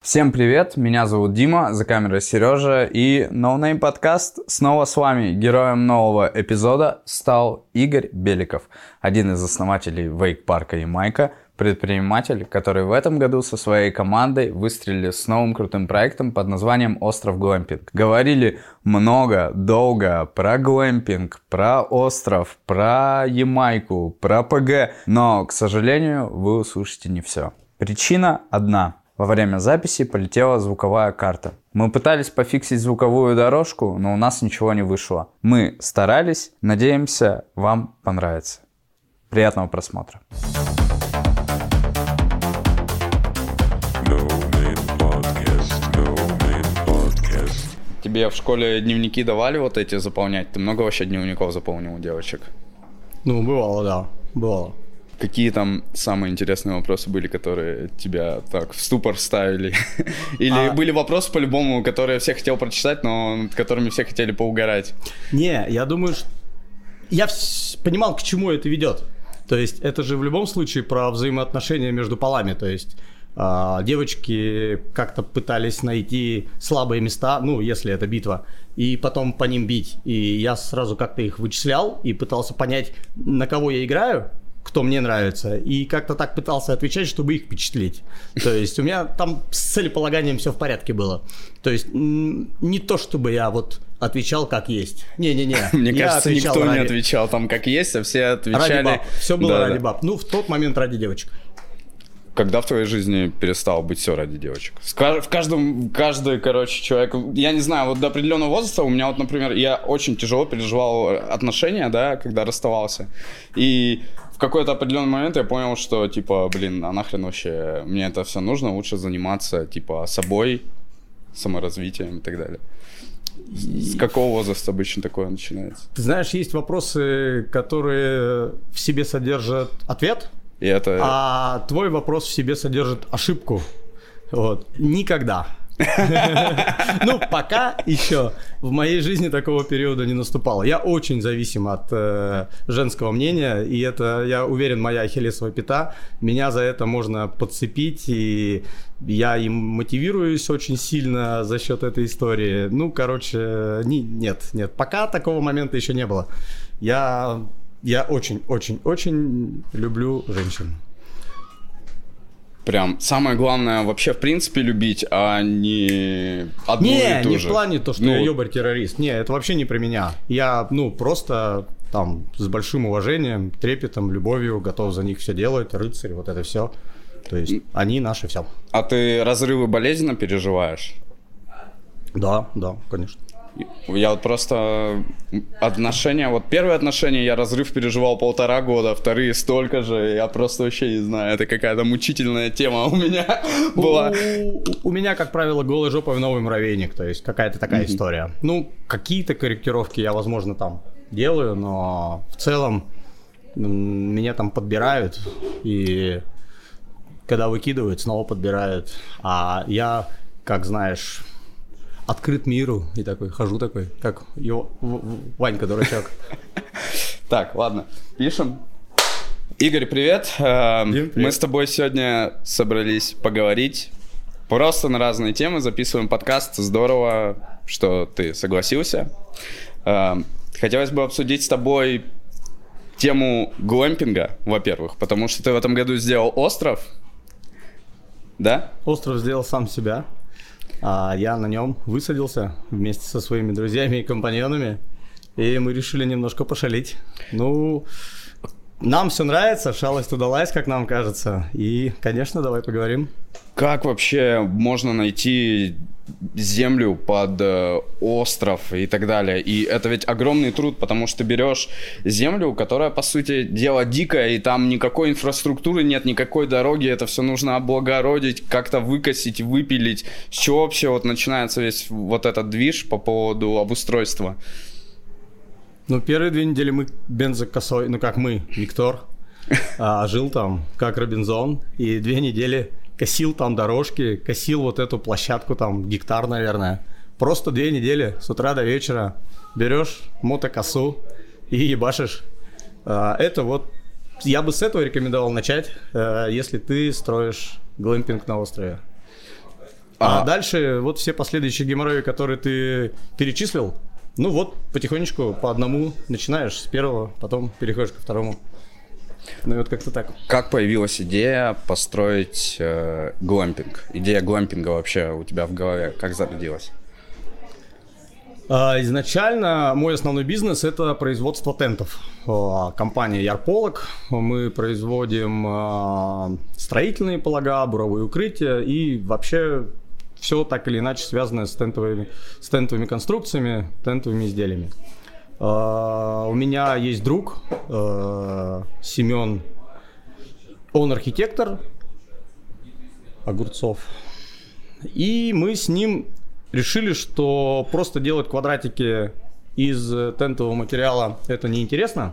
Всем привет, меня зовут Дима, за камерой Сережа, и No Name подкаст снова с вами. Героем нового эпизода стал Игорь Беликов, один из основателей вейк-парка Ямайка, предприниматель, который в этом году со своей командой выстрелили с новым крутым проектом под названием «Остров Глэмпинг». Говорили много, долго про глэмпинг, про остров, про Ямайку, про ПГ, но, к сожалению, вы услышите не все. Причина одна. Во время записи полетела звуковая карта. Мы пытались пофиксить звуковую дорожку, но у нас ничего не вышло. Мы старались, надеемся, вам понравится. Приятного просмотра. Тебе в школе дневники давали вот эти заполнять? Ты много вообще дневников заполнил у девочек? Ну, бывало, да, бывало. Какие там самые интересные вопросы были, которые тебя так в ступор ставили? Или были вопросы по-любому, которые все хотел прочитать, но над которыми все хотели поугарать? Не, я думаю, что я понимал, к чему это ведет. То есть это же в любом случае про взаимоотношения между полами. То есть девочки как-то пытались найти слабые места, ну, если это битва, и потом по ним бить. И я сразу как-то их вычислял и пытался понять, на кого я играю, кто мне нравится, и как-то так пытался отвечать, чтобы их впечатлить. То есть у меня там с целеполаганием все в порядке было. То есть не то, чтобы я вот отвечал как есть. Не-не-не. Мне кажется, никто не отвечал там как есть, а все отвечали... Ради баб. Все было ради баб. Ну, в тот момент ради девочек. Когда в твоей жизни перестало быть все ради девочек? Каждый, короче, человек... Я не знаю, вот до определенного возраста у меня вот, например, я очень тяжело переживал отношения, да, когда расставался. И в какой-то определенный момент я понял, что, типа, блин, а нахрен вообще мне это все нужно? Лучше заниматься, типа, собой, саморазвитием и так далее. С какого возраста обычно такое начинается? Ты знаешь, есть вопросы, которые в себе содержат ответ, а твой вопрос в себе содержит ошибку. Вот. Никогда. Ну, пока еще в моей жизни такого периода не наступало. Я очень зависим от женского мнения, и это, я уверен, моя ахиллесова пята. Меня за это можно подцепить, и я им мотивируюсь очень сильно за счет этой истории. Ну, короче, нет, пока такого момента еще не было. Я очень люблю женщин. Прям самое главное вообще в принципе любить, а не одну и ту же. Не в плане то, что я ёбарь-террорист. Не, это вообще не про меня. Я, просто там с большим уважением, трепетом, любовью готов за них все делать, рыцарь, вот это все. То есть они наши все. А ты разрывы болезненно переживаешь? Да, конечно. Я вот просто отношения, вот первые отношения я разрыв переживал 1,5 года, вторые столько же, я просто вообще не знаю, это какая-то мучительная тема у меня была. У меня, как правило, голой жопой новый муравейник, то есть какая-то такая история. Ну, какие-то корректировки я, возможно, там делаю, но в целом меня там подбирают, и когда выкидывают, снова подбирают, а я, как знаешь... открыт миру и такой, хожу такой, как Ванька дурачок. Так, ладно, пишем. Игорь, привет. Привет. Мы с тобой сегодня собрались поговорить просто на разные темы, записываем подкаст. Здорово, что ты согласился. Хотелось бы обсудить с тобой тему глэмпинга, во-первых, потому что ты в этом году сделал остров, да? Остров сделал сам себя. А я на нем высадился вместе со своими друзьями и компаньонами, и мы решили немножко пошалить. Ну, нам все нравится, шалость удалась, как нам кажется, и, конечно, давай поговорим. Как вообще можно найти землю под остров и так далее? И это ведь огромный труд, потому что ты берешь землю, которая, по сути, дело дикое, и там никакой инфраструктуры нет, никакой дороги, это все нужно облагородить, как-то выкосить, выпилить. С чего вообще вот начинается весь вот этот движ по поводу обустройства? Ну, первые 2 недели мы бензокосой, Виктор, жил там, как Робинзон, и 2 недели косил там дорожки, косил вот эту площадку, там гектар, наверное. Просто 2 недели с утра до вечера берешь мотокосу и ебашишь. Это вот, я бы с этого рекомендовал начать, если ты строишь глэмпинг на острове. А дальше вот все последующие геморрои, которые ты перечислил, ну вот потихонечку по одному начинаешь с первого, потом переходишь ко второму. Ну вот как-то так. Как появилась идея построить глэмпинг? Идея глэмпинга вообще у тебя в голове как зародилась? Изначально мой основной бизнес – это производство тентов. Компания Ярполог. Мы производим строительные полога, буровые укрытия и вообще все так или иначе связанное с тентовыми конструкциями, тентовыми изделиями. У меня есть друг Семен, он архитектор Огурцов. И мы с ним решили, что просто делать квадратики из тентового материала это неинтересно.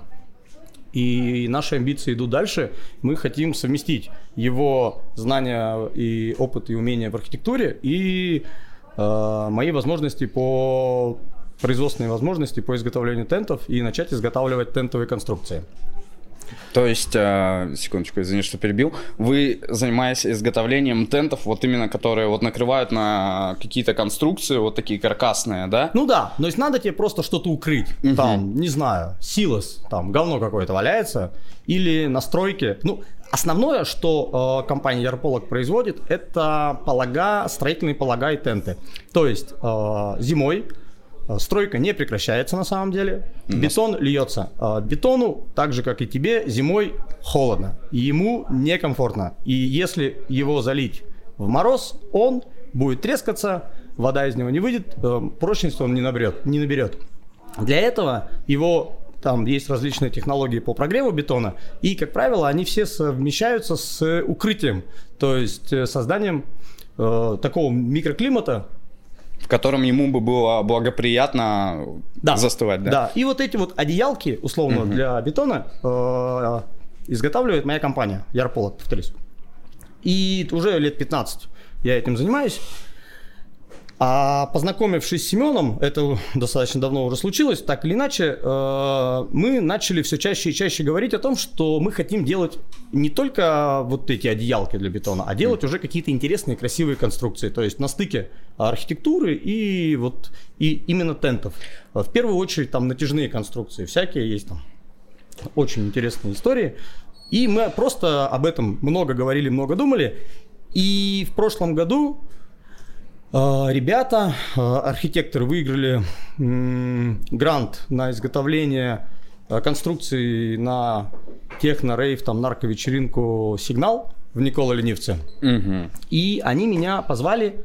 И наши амбиции идут дальше. Мы хотим совместить его знания и опыт и умения в архитектуре и мои возможности производственные возможности по изготовлению тентов и начать изготавливать тентовые конструкции. То есть, секундочку, извини, что перебил, вы занимаетесь изготовлением тентов, вот именно которые вот накрывают на какие-то конструкции, вот такие каркасные, да? Ну да, то есть надо тебе просто что-то укрыть, там, не знаю, силос, там, говно какое-то валяется, или на стройке. Ну, основное, что компания Ярполог производит, это полога, строительные полога и тенты. То есть зимой стройка не прекращается на самом деле, бетон льется. Бетону, так же как и тебе, зимой холодно, и ему некомфортно. И если его залить в мороз, он будет трескаться, вода из него не выйдет, прочность он не наберет. Для этого там есть различные технологии по прогреву бетона, и, как правило, они все совмещаются с укрытием, то есть созданием такого микроклимата, в котором ему бы было благоприятно застывать, да? Да, и вот эти вот одеялки, условно, для бетона изготавливает моя компания, Ярполог, повторюсь. И уже лет 15 я этим занимаюсь. А познакомившись с Семеном, это достаточно давно уже случилось, так или иначе, мы начали все чаще и чаще говорить о том, что мы хотим делать не только вот эти одеялки для бетона, а делать уже какие-то интересные, красивые конструкции, то есть на стыке архитектуры и именно тентов. В первую очередь там натяжные конструкции, всякие есть там очень интересные истории. И мы просто об этом много говорили, много думали. И в прошлом году ребята, архитекторы, выиграли грант на изготовление конструкции на техно-рейв, там, нарковечеринку «Сигнал» в Никола-Ленивце. И они меня позвали,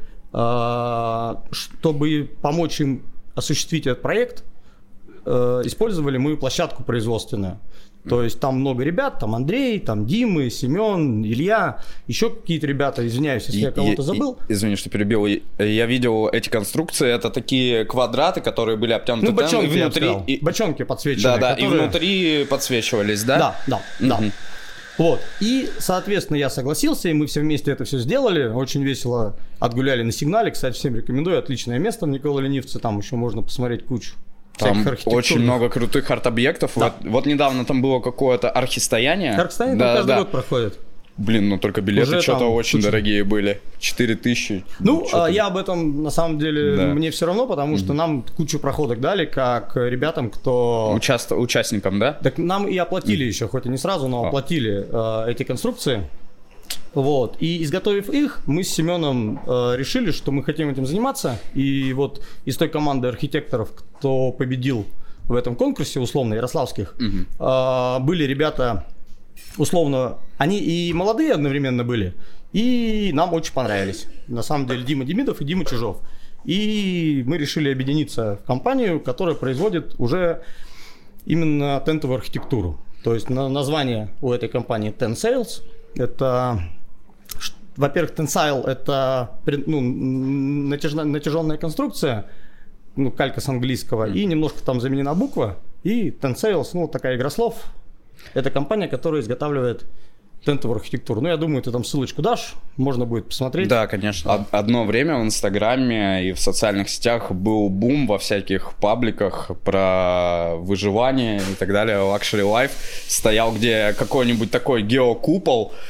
чтобы помочь им осуществить этот проект. Использовали мы площадку производственную. То есть там много ребят, там Андрей, там Дима, Семен, Илья, еще какие-то ребята, извиняюсь, если я кого-то забыл. Извини, что перебил. Я видел эти конструкции, это такие квадраты, которые были обтянуты бочонки, внутри. Бочонки подсвеченные. Да, которые... и внутри подсвечивались, да? Да. Вот, и, соответственно, я согласился, и мы все вместе это все сделали, очень весело отгуляли на Сигнале, кстати, всем рекомендую, отличное место в Никола-Ленивце, там еще можно посмотреть кучу. Там очень много крутых арт-объектов. Да. Вот недавно там было какое-то архистояние. Архистояние там каждый год проходит. Блин, ну только билеты уже что-то очень дорогие были. 4000. Ну, я об этом, на самом деле, мне все равно, потому что нам кучу проходок дали, как ребятам, кто... Участникам, да? Так нам и оплатили еще, хоть и не сразу, но оплатили эти конструкции. Вот. И изготовив их, мы с Семеном решили, что мы хотим этим заниматься. И вот из той команды архитекторов, кто победил в этом конкурсе, условно, ярославских, были ребята, условно, они и молодые одновременно были, и нам очень понравились. На самом деле Дима Демидов и Дима Чижов. И мы решили объединиться в компанию, которая производит уже именно тентовую архитектуру. То есть название у этой компании Tensales. Это, во-первых, Tensile – это натяженная конструкция, калька с английского, и немножко там заменена буква. И Tensales, такая игра слов. Это компания, которая изготавливает тентовую архитектуру. Я думаю, ты там ссылочку дашь, можно будет посмотреть. Да, конечно. Одно время в Инстаграме и в социальных сетях был бум во всяких пабликах про выживание и так далее. Luxury Life стоял, где какой-нибудь такой геокупол,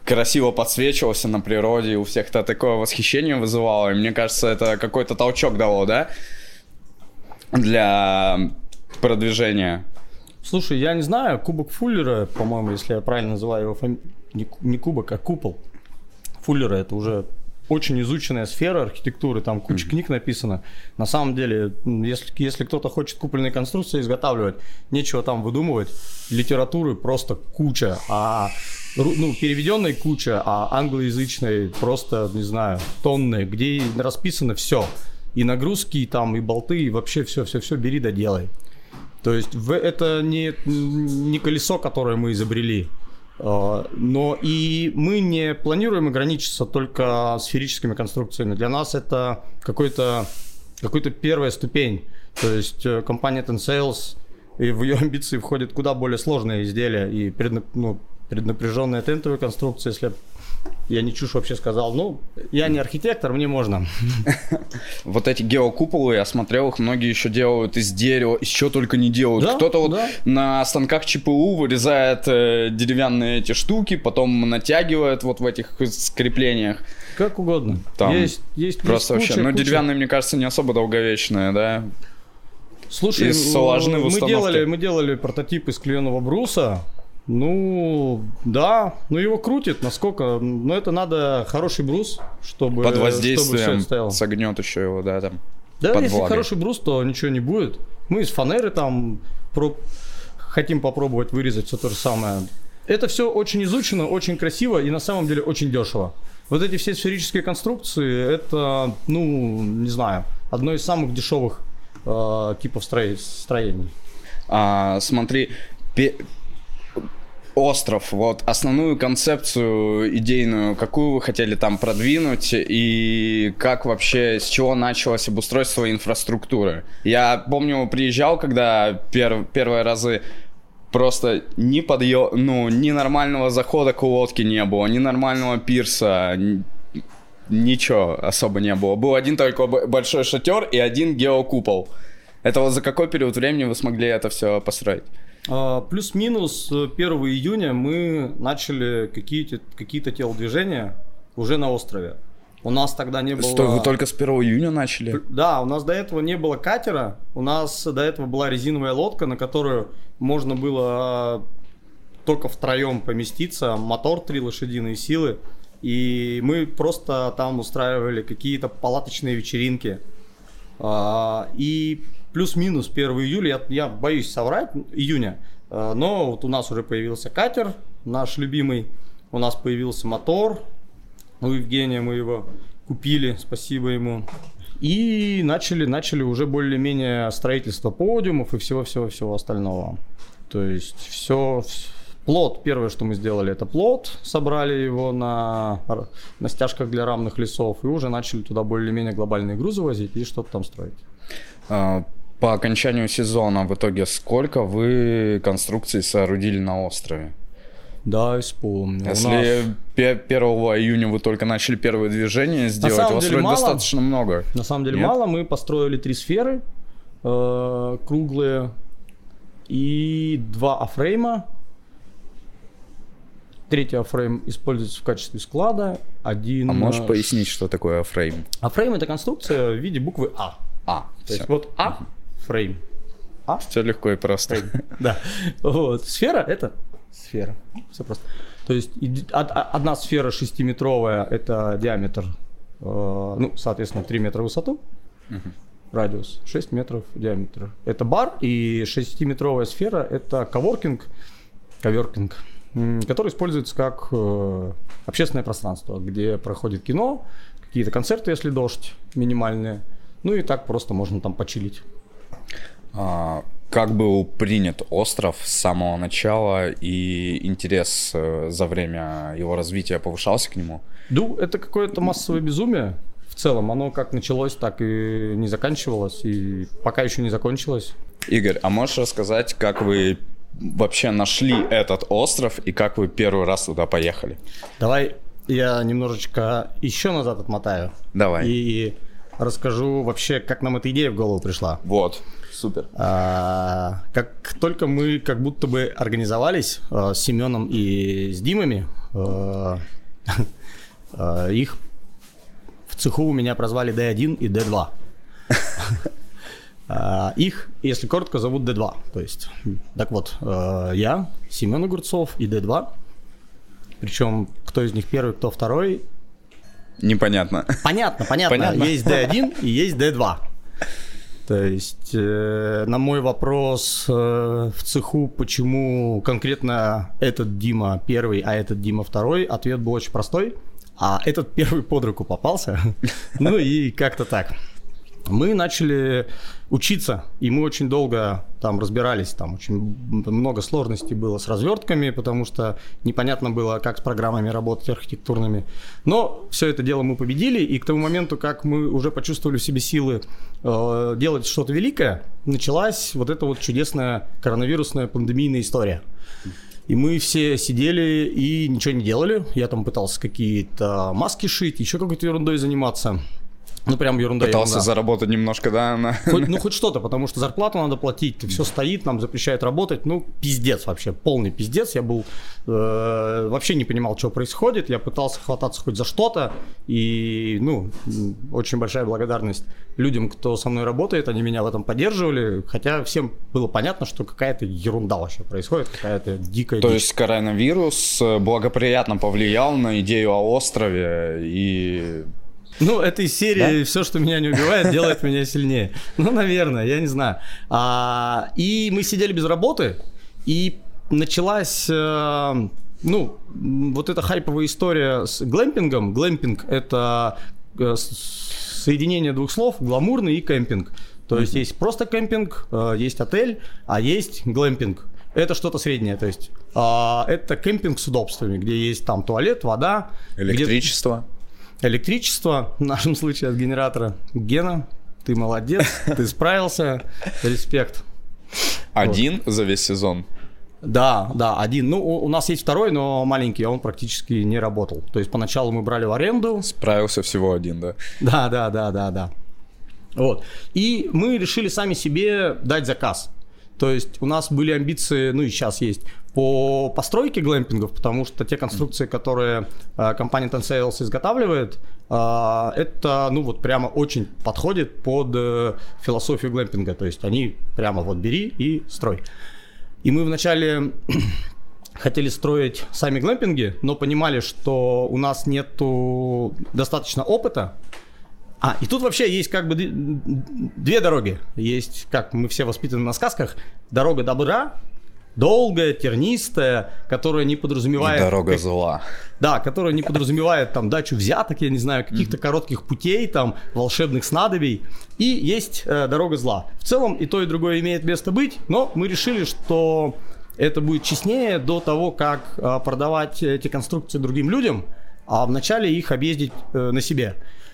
красиво подсвечивался на природе, и у всех это такое восхищение вызывало, и мне кажется, это какой-то толчок дало, да, для продвижения. Слушай, я не знаю, кубок Фуллера, по-моему, если я правильно называю его не кубок, а купол Фуллера, это уже очень изученная сфера архитектуры, там куча книг написано. На самом деле, если кто-то хочет купольные конструкции изготавливать, нечего там выдумывать. Литературы просто куча, переведенной куча, а англоязычной просто, не знаю, тонны, где расписано все. И нагрузки, и там, и болты, и вообще все бери да делай. То есть это не колесо, которое мы изобрели. Но и мы не планируем ограничиться только сферическими конструкциями. Для нас это какой-то первая ступень. То есть компания Tensales, и в ее амбиции входит куда более сложные изделия и преднапряженные тентовые конструкции, если я не чушь вообще сказал. Ну, я не архитектор, мне можно. Вот эти геокуполы, я смотрел, их многие еще делают из дерева, из чего только не делают. Да, кто-то вот на станках ЧПУ вырезает деревянные эти штуки, потом натягивает вот в этих скреплениях. Как угодно. Там есть просто вообще, куча. Деревянные, мне кажется, не особо долговечные, да? Слушай, мы делали прототип из клееного бруса. Ну, да, его крутит, насколько, это надо хороший брус, чтобы под воздействием согнет еще его, да, там. Да, если влагой. Хороший брус, то ничего не будет. Мы из фанеры там хотим попробовать вырезать все то же самое. Это все очень изучено, очень красиво и на самом деле очень дешево. Вот эти все сферические конструкции, это, не знаю, одно из самых дешевых типов строений. Смотри, остров, вот основную концепцию идейную, какую вы хотели там продвинуть и как вообще, с чего началось обустройство инфраструктуры? Я помню, приезжал, когда первые разы просто ни нормального захода к лодке не было, ни нормального пирса, ничего особо не было. Был один только большой шатер и один геокупол. Это вот за какой период времени вы смогли это все построить? Плюс-минус 1 июня мы начали какие-то телодвижения уже на острове. У нас тогда не было... Стой, вы только с 1 июня начали? Да, у нас до этого не было катера, у нас до этого была резиновая лодка, на которую можно было только втроем поместиться, мотор 3 лошадиные силы, и мы просто там устраивали какие-то палаточные вечеринки. И плюс-минус 1 июля, я боюсь соврать, июня, но вот у нас уже появился катер, наш любимый, у нас появился мотор, у Евгения мы его купили, спасибо ему, и начали уже более-менее строительство подиумов и всего-всего-всего остального. То есть плот, первое, что мы сделали, это плот, собрали его на стяжках для равных лесов и уже начали туда более-менее глобальные грузы возить и что-то там строить. По окончанию сезона в итоге сколько вы конструкций соорудили на острове? Да, вспомнил. Если 1 июня вы только начали первые движения сделать, у вас вроде достаточно много. На самом деле мало. Мы построили 3 сферы круглые и 2 афрейма. 3-й афрейм используется в качестве склада. А можешь пояснить, что такое афрейм? Афрейм — это конструкция в виде буквы А. То есть вот А, фрейм. Все легко и просто. Да. Вот. Сфера — это сфера. Все просто. То есть одна сфера 6-метровая — это диаметр, соответственно, 3 метра в высоту. Радиус 6 метров диаметр. Это бар, и 6-метровая сфера — это коворкинг, который используется как общественное пространство, где проходит кино, какие-то концерты, если дождь, минимальные. И так просто можно там почилить. Как был принят остров с самого начала и интерес за время его развития повышался к нему? Это какое-то массовое безумие. В целом, оно как началось, так и не заканчивалось, и пока еще не закончилось. Игорь, а можешь рассказать, как вы вообще нашли этот остров и как вы первый раз туда поехали? Давай я немножечко еще назад отмотаю. Давай. И расскажу вообще, как нам эта идея в голову пришла. Вот, супер. Как только мы как будто бы организовались с Семеном и с Димами, Их в цеху у меня прозвали D1 и D2. Их, если коротко, зовут D2. То есть, так вот, я, Семен Огурцов и D2. Причем, кто из них первый, кто второй... Непонятно. Понятно. Есть D1 и есть D2. То есть, на мой вопрос в цеху, почему конкретно этот Дима первый, а этот Дима второй, ответ был очень простой. А этот первый под руку попался. Ну и как-то так. Мы начали учиться, и мы очень долго там разбирались, там очень много сложностей было с развертками, потому что непонятно было, как с программами работать архитектурными. Но все это дело мы победили, и к тому моменту, как мы уже почувствовали в себе силы делать что-то великое, началась вот эта вот чудесная коронавирусная пандемийная история. И мы все сидели и ничего не делали. Я там пытался какие-то маски шить, еще какой-то ерундой заниматься. Ну, прям ерунда. Пытался заработать немножко, да? Хоть что-то, потому что зарплату надо платить, все стоит, нам запрещают работать. Ну, пиздец вообще, полный пиздец. Я был, вообще не понимал, что происходит. Я пытался хвататься хоть за что-то. И, ну, очень большая благодарность людям, кто со мной работает. Они меня в этом поддерживали. Хотя всем было понятно, что какая-то ерунда вообще происходит, какая-то дикая дичь. То есть коронавирус благоприятно повлиял на идею о острове и... Ну, это из серии «Все, что меня не убивает, делает меня сильнее». Ну, наверное, я не знаю. И мы сидели без работы, и началась, ну, вот эта хайповая история с глэмпингом. Глэмпинг – это соединение двух слов – гламурный и кемпинг. То есть есть просто кемпинг, есть отель, а есть глэмпинг. Это что-то среднее, то есть это кемпинг с удобствами, где есть там туалет, вода. Электричество. Электричество, в нашем случае от генератора. Гена, ты молодец, ты справился, респект. Один за весь сезон? Да, один. Ну, у нас есть второй, но маленький, он практически не работал. То есть поначалу мы брали в аренду. Справился всего один, да? Да. Вот. И мы решили сами себе дать заказ. То есть у нас были амбиции, ну и сейчас есть, по постройке глэмпингов, потому что те конструкции, которые компания Ten Sails изготавливает, это, ну вот прямо очень подходит под философию глэмпинга. То есть они прямо вот бери и строй. И мы вначале хотели строить сами глэмпинги, но понимали, что у нас нету достаточно опыта. И тут вообще есть как бы две дороги. Есть, как мы все воспитаны на сказках, дорога добра, долгая, тернистая, которая не подразумевает... И дорога зла. Да, которая не подразумевает там дачу взяток, я не знаю, каких-то коротких путей, там, волшебных снадобий. И есть дорога зла. В целом и то, и другое имеет место быть, но мы решили, что это будет честнее до того, как продавать эти конструкции другим людям, а вначале их объездить на себе.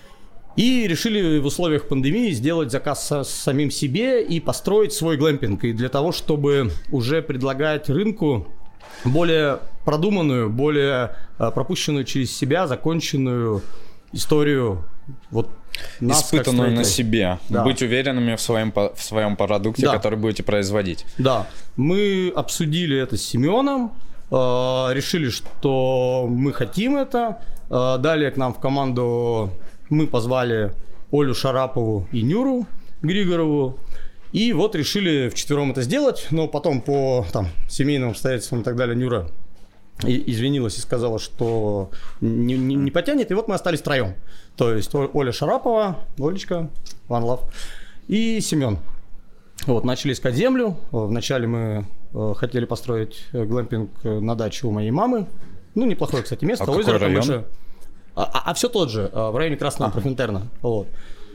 И решили в условиях пандемии сделать заказ самим себе и построить свой глэмпинг. И для того, чтобы уже предлагать рынку более продуманную, более пропущенную через себя, законченную историю. Вот нас, испытанную на себе. Да. Быть уверенными в своем продукте, который будете производить. Да. Мы обсудили это с Семеном. Решили, что мы хотим это. Далее к нам в команду... Мы позвали Олю Шарапову и Нюру Григорову. И вот решили вчетвером это сделать. Но потом по там, семейным обстоятельствам и так далее Нюра извинилась и сказала, что не потянет. И вот мы остались втроем. То есть Оля Шарапова, Олечка, One Love и Семен. Вот, начали искать землю. Вначале мы хотели построить глэмпинг на даче у моей мамы. Ну, неплохое, кстати, место. А какой район? Большое. А все тот же, в районе Красного Профинтерна. Вот.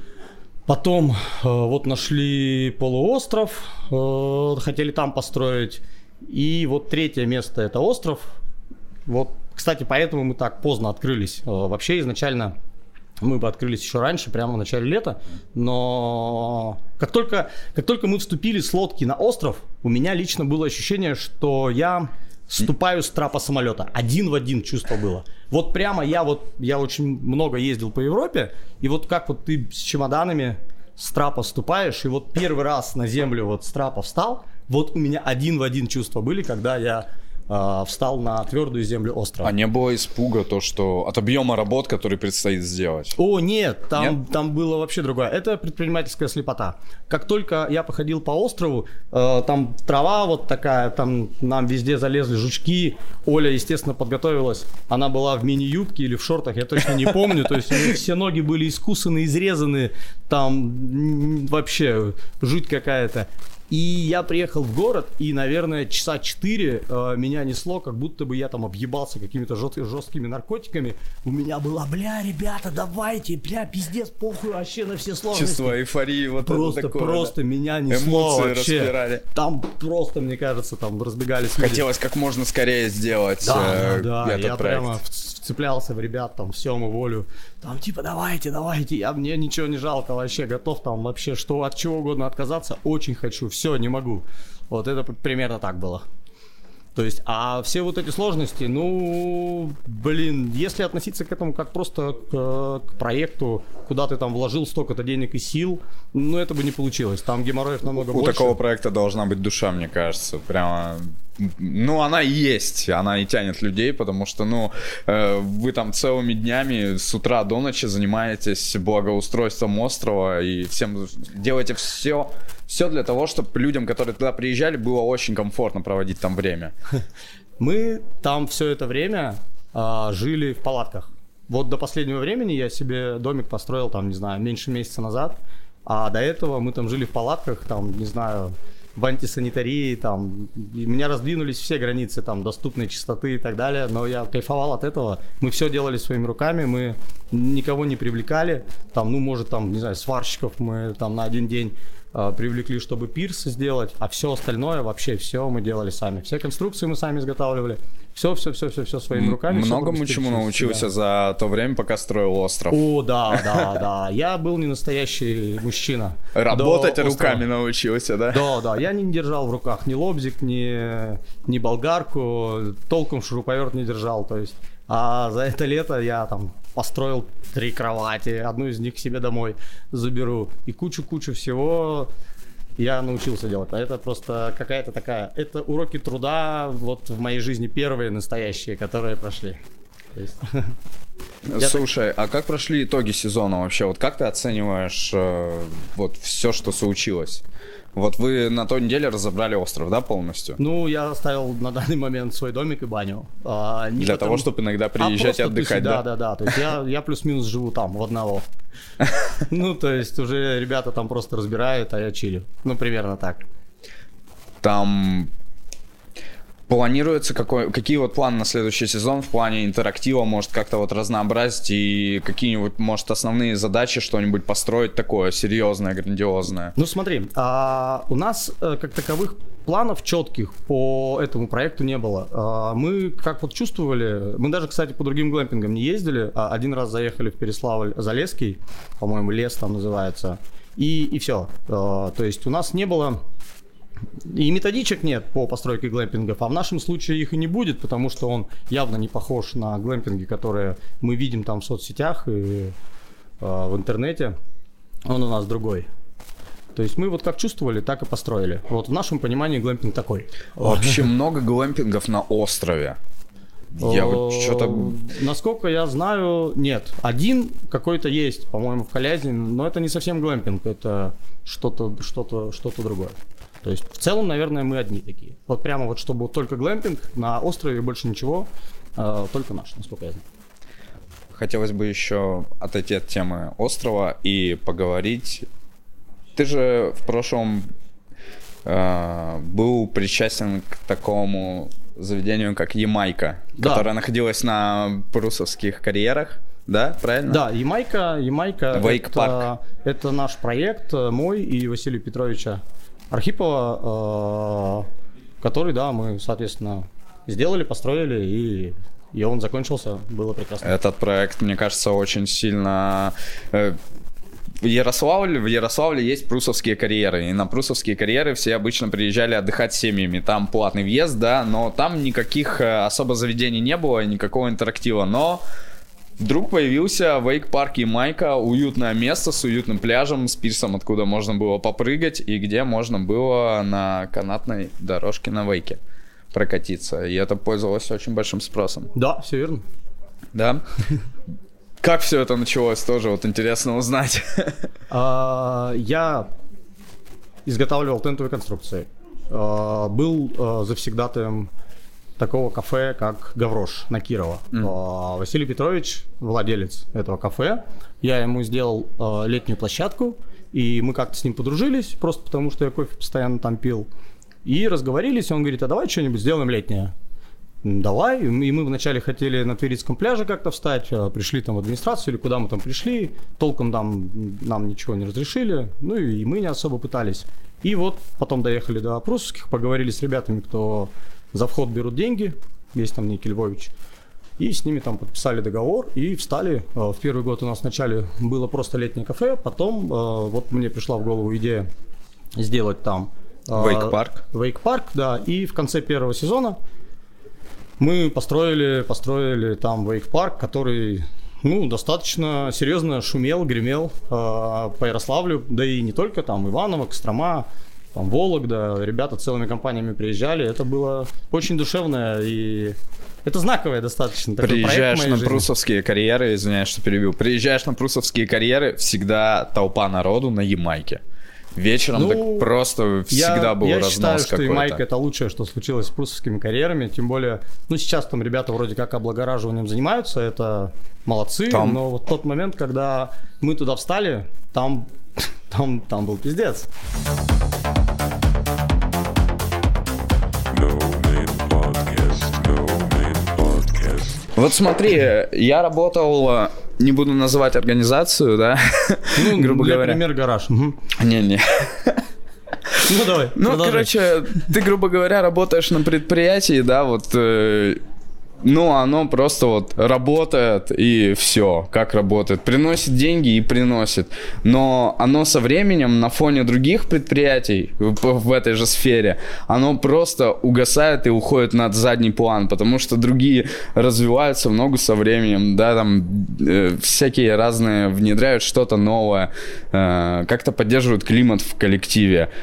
Потом вот нашли полуостров, хотели там построить. И вот третье место – это остров. Вот, кстати, поэтому мы так поздно открылись. Вообще изначально мы бы открылись еще раньше, прямо в начале лета. Но как только мы вступили с лодки на остров, у меня лично было ощущение, что я ступаю с трапа самолета. Один в один чувство было. Вот прямо я очень много ездил по Европе, и вот как вот ты с чемоданами с трапа вступаешь, и вот первый раз на землю вот с трапа встал, вот у меня один в один чувства были, когда я встал на твердую землю острова. А не было испуга то, что от объема работ, который предстоит сделать? О, нет, там было вообще другое. Это предпринимательская слепота. Как только я походил по острову, там трава вот такая, там нам везде залезли жучки. Оля, естественно, подготовилась. Она была в мини-юбке или в шортах, я точно не помню. То есть у нее все ноги были искусаны, изрезаны. Там вообще жуть какая-то. И я приехал в город, и, наверное, часа 4 меня несло, как будто бы я там объебался какими-то жесткими наркотиками. У меня было, ребята, давайте, пиздец, похуй вообще на все сложности. Чувство эйфории вот просто, это такое. Просто меня несло эмоции вообще. распирали. Там просто, мне кажется, там разбегались люди. Хотелось как можно скорее сделать этот я проект. Прямо вцеплялся в ребят, там, всему волю. Там, типа, давайте, мне ничего не жалко вообще, готов там вообще, что от чего угодно отказаться, очень хочу, все, не могу. Вот это примерно так было. То есть, а все вот эти сложности, если относиться к этому как просто к проекту, куда ты там вложил столько-то денег и сил, это бы не получилось. Там геморроев намного больше. У такого проекта должна быть душа, мне кажется, прямо... она и есть, она и тянет людей, потому что, вы там целыми днями с утра до ночи занимаетесь благоустройством острова и всем делаете все для того, чтобы людям, которые туда приезжали, было очень комфортно проводить там время. Мы там все это время жили в палатках. Вот до последнего времени я себе домик построил, там, не знаю, меньше месяца назад, а до этого мы там жили в палатках, там, не знаю, в антисанитарии, там, и у меня раздвинулись все границы, там, доступной чистоты и так далее, но я кайфовал от этого, мы все делали своими руками, мы никого не привлекали, там, может, там, не знаю, сварщиков мы там на один день привлекли, чтобы пирс сделать, а все остальное, вообще все мы делали сами, все конструкции мы сами изготавливали, все своими руками. Многому чему научился за то время, пока строил остров. О, да, я был не настоящий мужчина. Работать руками научился, да? Да, я не держал в руках ни лобзик, ни болгарку, толком шуруповерт не держал, то есть, а за это лето я там построил 3 кровати, одну из них себе домой заберу, и кучу всего я научился делать. А это просто какая-то такая... Это уроки труда вот в моей жизни первые настоящие, которые прошли. Слушай, а как прошли итоги сезона вообще? Вот как ты оцениваешь вот все, что случилось? Вот вы на той неделе разобрали остров, да, полностью? Я оставил на данный момент свой домик и баню. Для того, чтобы иногда приезжать и отдыхать, да? Да. То есть я плюс-минус живу там, в одного. То есть уже ребята там просто разбирают, а я чилю. Примерно так. Там планируется какие вот планы на следующий сезон в плане интерактива, может как-то вот разнообразить и какие-нибудь, может, основные задачи, что-нибудь построить такое серьезное, грандиозное? Смотри, у нас как таковых планов четких по этому проекту не было. Мы как вот чувствовали, мы даже, кстати, по другим глэмпингам не ездили, один раз заехали в Переславль-Залесский, по-моему, лес там называется, и все. То есть у нас не было... И методичек нет по постройке глэмпингов, а в нашем случае их и не будет, потому что он явно не похож на глэмпинги, которые мы видим там в соцсетях и в интернете. Он у нас другой. То есть мы вот как чувствовали, так и построили. Вот в нашем понимании глэмпинг такой. Вообще много глэмпингов на острове. Насколько я знаю, нет. Один какой-то есть, по-моему, в Калязине, но это не совсем глэмпинг, это что-то другое. То есть в целом, наверное, мы одни такие. Вот прямо вот чтобы только глэмпинг на острове, больше ничего, только наш, насколько я знаю. Хотелось бы еще отойти от темы острова и поговорить. Ты же в прошлом был причастен к такому заведению, как Ямайка, которое находилось на Прусовских карьерах. Да, правильно? Да, Ямайка Вейк-парк. Это наш проект, мой и Василия Петровича Архипова, который, мы, соответственно, сделали, построили, и он закончился, было прекрасно. Этот проект, мне кажется, очень сильно... В Ярославле есть Прусовские карьеры, и на Прусовские карьеры все обычно приезжали отдыхать с семьями. Там платный въезд, да, но там никаких особо заведений не было, никакого интерактива, но... Вдруг появился вейк-парк Ямайка, уютное место с уютным пляжем, с пирсом, откуда можно было попрыгать и где можно было на канатной дорожке на вейке прокатиться, и это пользовалось очень большим спросом. Да, все верно. Да? Как все это началось, тоже вот интересно узнать. Я изготавливал тентовые конструкции. Был завсегдатаем такого кафе, как Гаврош на Кирова. Василий Петрович, владелец этого кафе, я ему сделал летнюю площадку, и мы как-то с ним подружились, просто потому что я кофе постоянно там пил. И разговорились, и он говорит, а давай что-нибудь сделаем летнее. Давай, и мы вначале хотели на Тверицком пляже как-то встать, пришли там в администрацию или куда мы там пришли, толком нам ничего не разрешили, ну и мы не особо пытались. И вот потом доехали до Прусовских, поговорили с ребятами, кто за вход берут деньги, есть там Ники Львович, и с ними там подписали договор и встали. В первый год у нас вначале было просто летнее кафе, потом вот мне пришла в голову идея сделать там Вейк-парк. Вейк-парк, да, и в конце первого сезона мы построили там вейк-парк, который, достаточно серьезно шумел, гремел по Ярославлю, да и не только там, Иваново, Кострома, там Вологда, ребята целыми компаниями приезжали, это было очень душевно и это знаковое достаточно. Приезжаешь на Прусовские карьеры, извиняюсь, что перебил, приезжаешь на Прусовские карьеры, всегда толпа народу на Ямайке. Вечером так просто всегда был разнос какой-то. Я считаю, что Ямайка — это лучшее, что случилось с прусовскими карьерами, тем более, сейчас там ребята вроде как облагораживанием занимаются, это молодцы, но вот тот момент, когда мы туда встали, там был пиздец. Вот смотри, я работал, не буду называть организацию, да, грубо говоря. Например, гараж. Не-не. Давай. Короче, ты, грубо говоря, работаешь на предприятии, да, вот... оно просто вот работает и все, как работает. Приносит деньги и приносит. Но оно со временем на фоне других предприятий в этой же сфере, оно просто угасает и уходит на задний план, потому что другие развиваются в ногу со временем, да, там всякие разные внедряют что-то новое, как-то поддерживают климат в коллективе.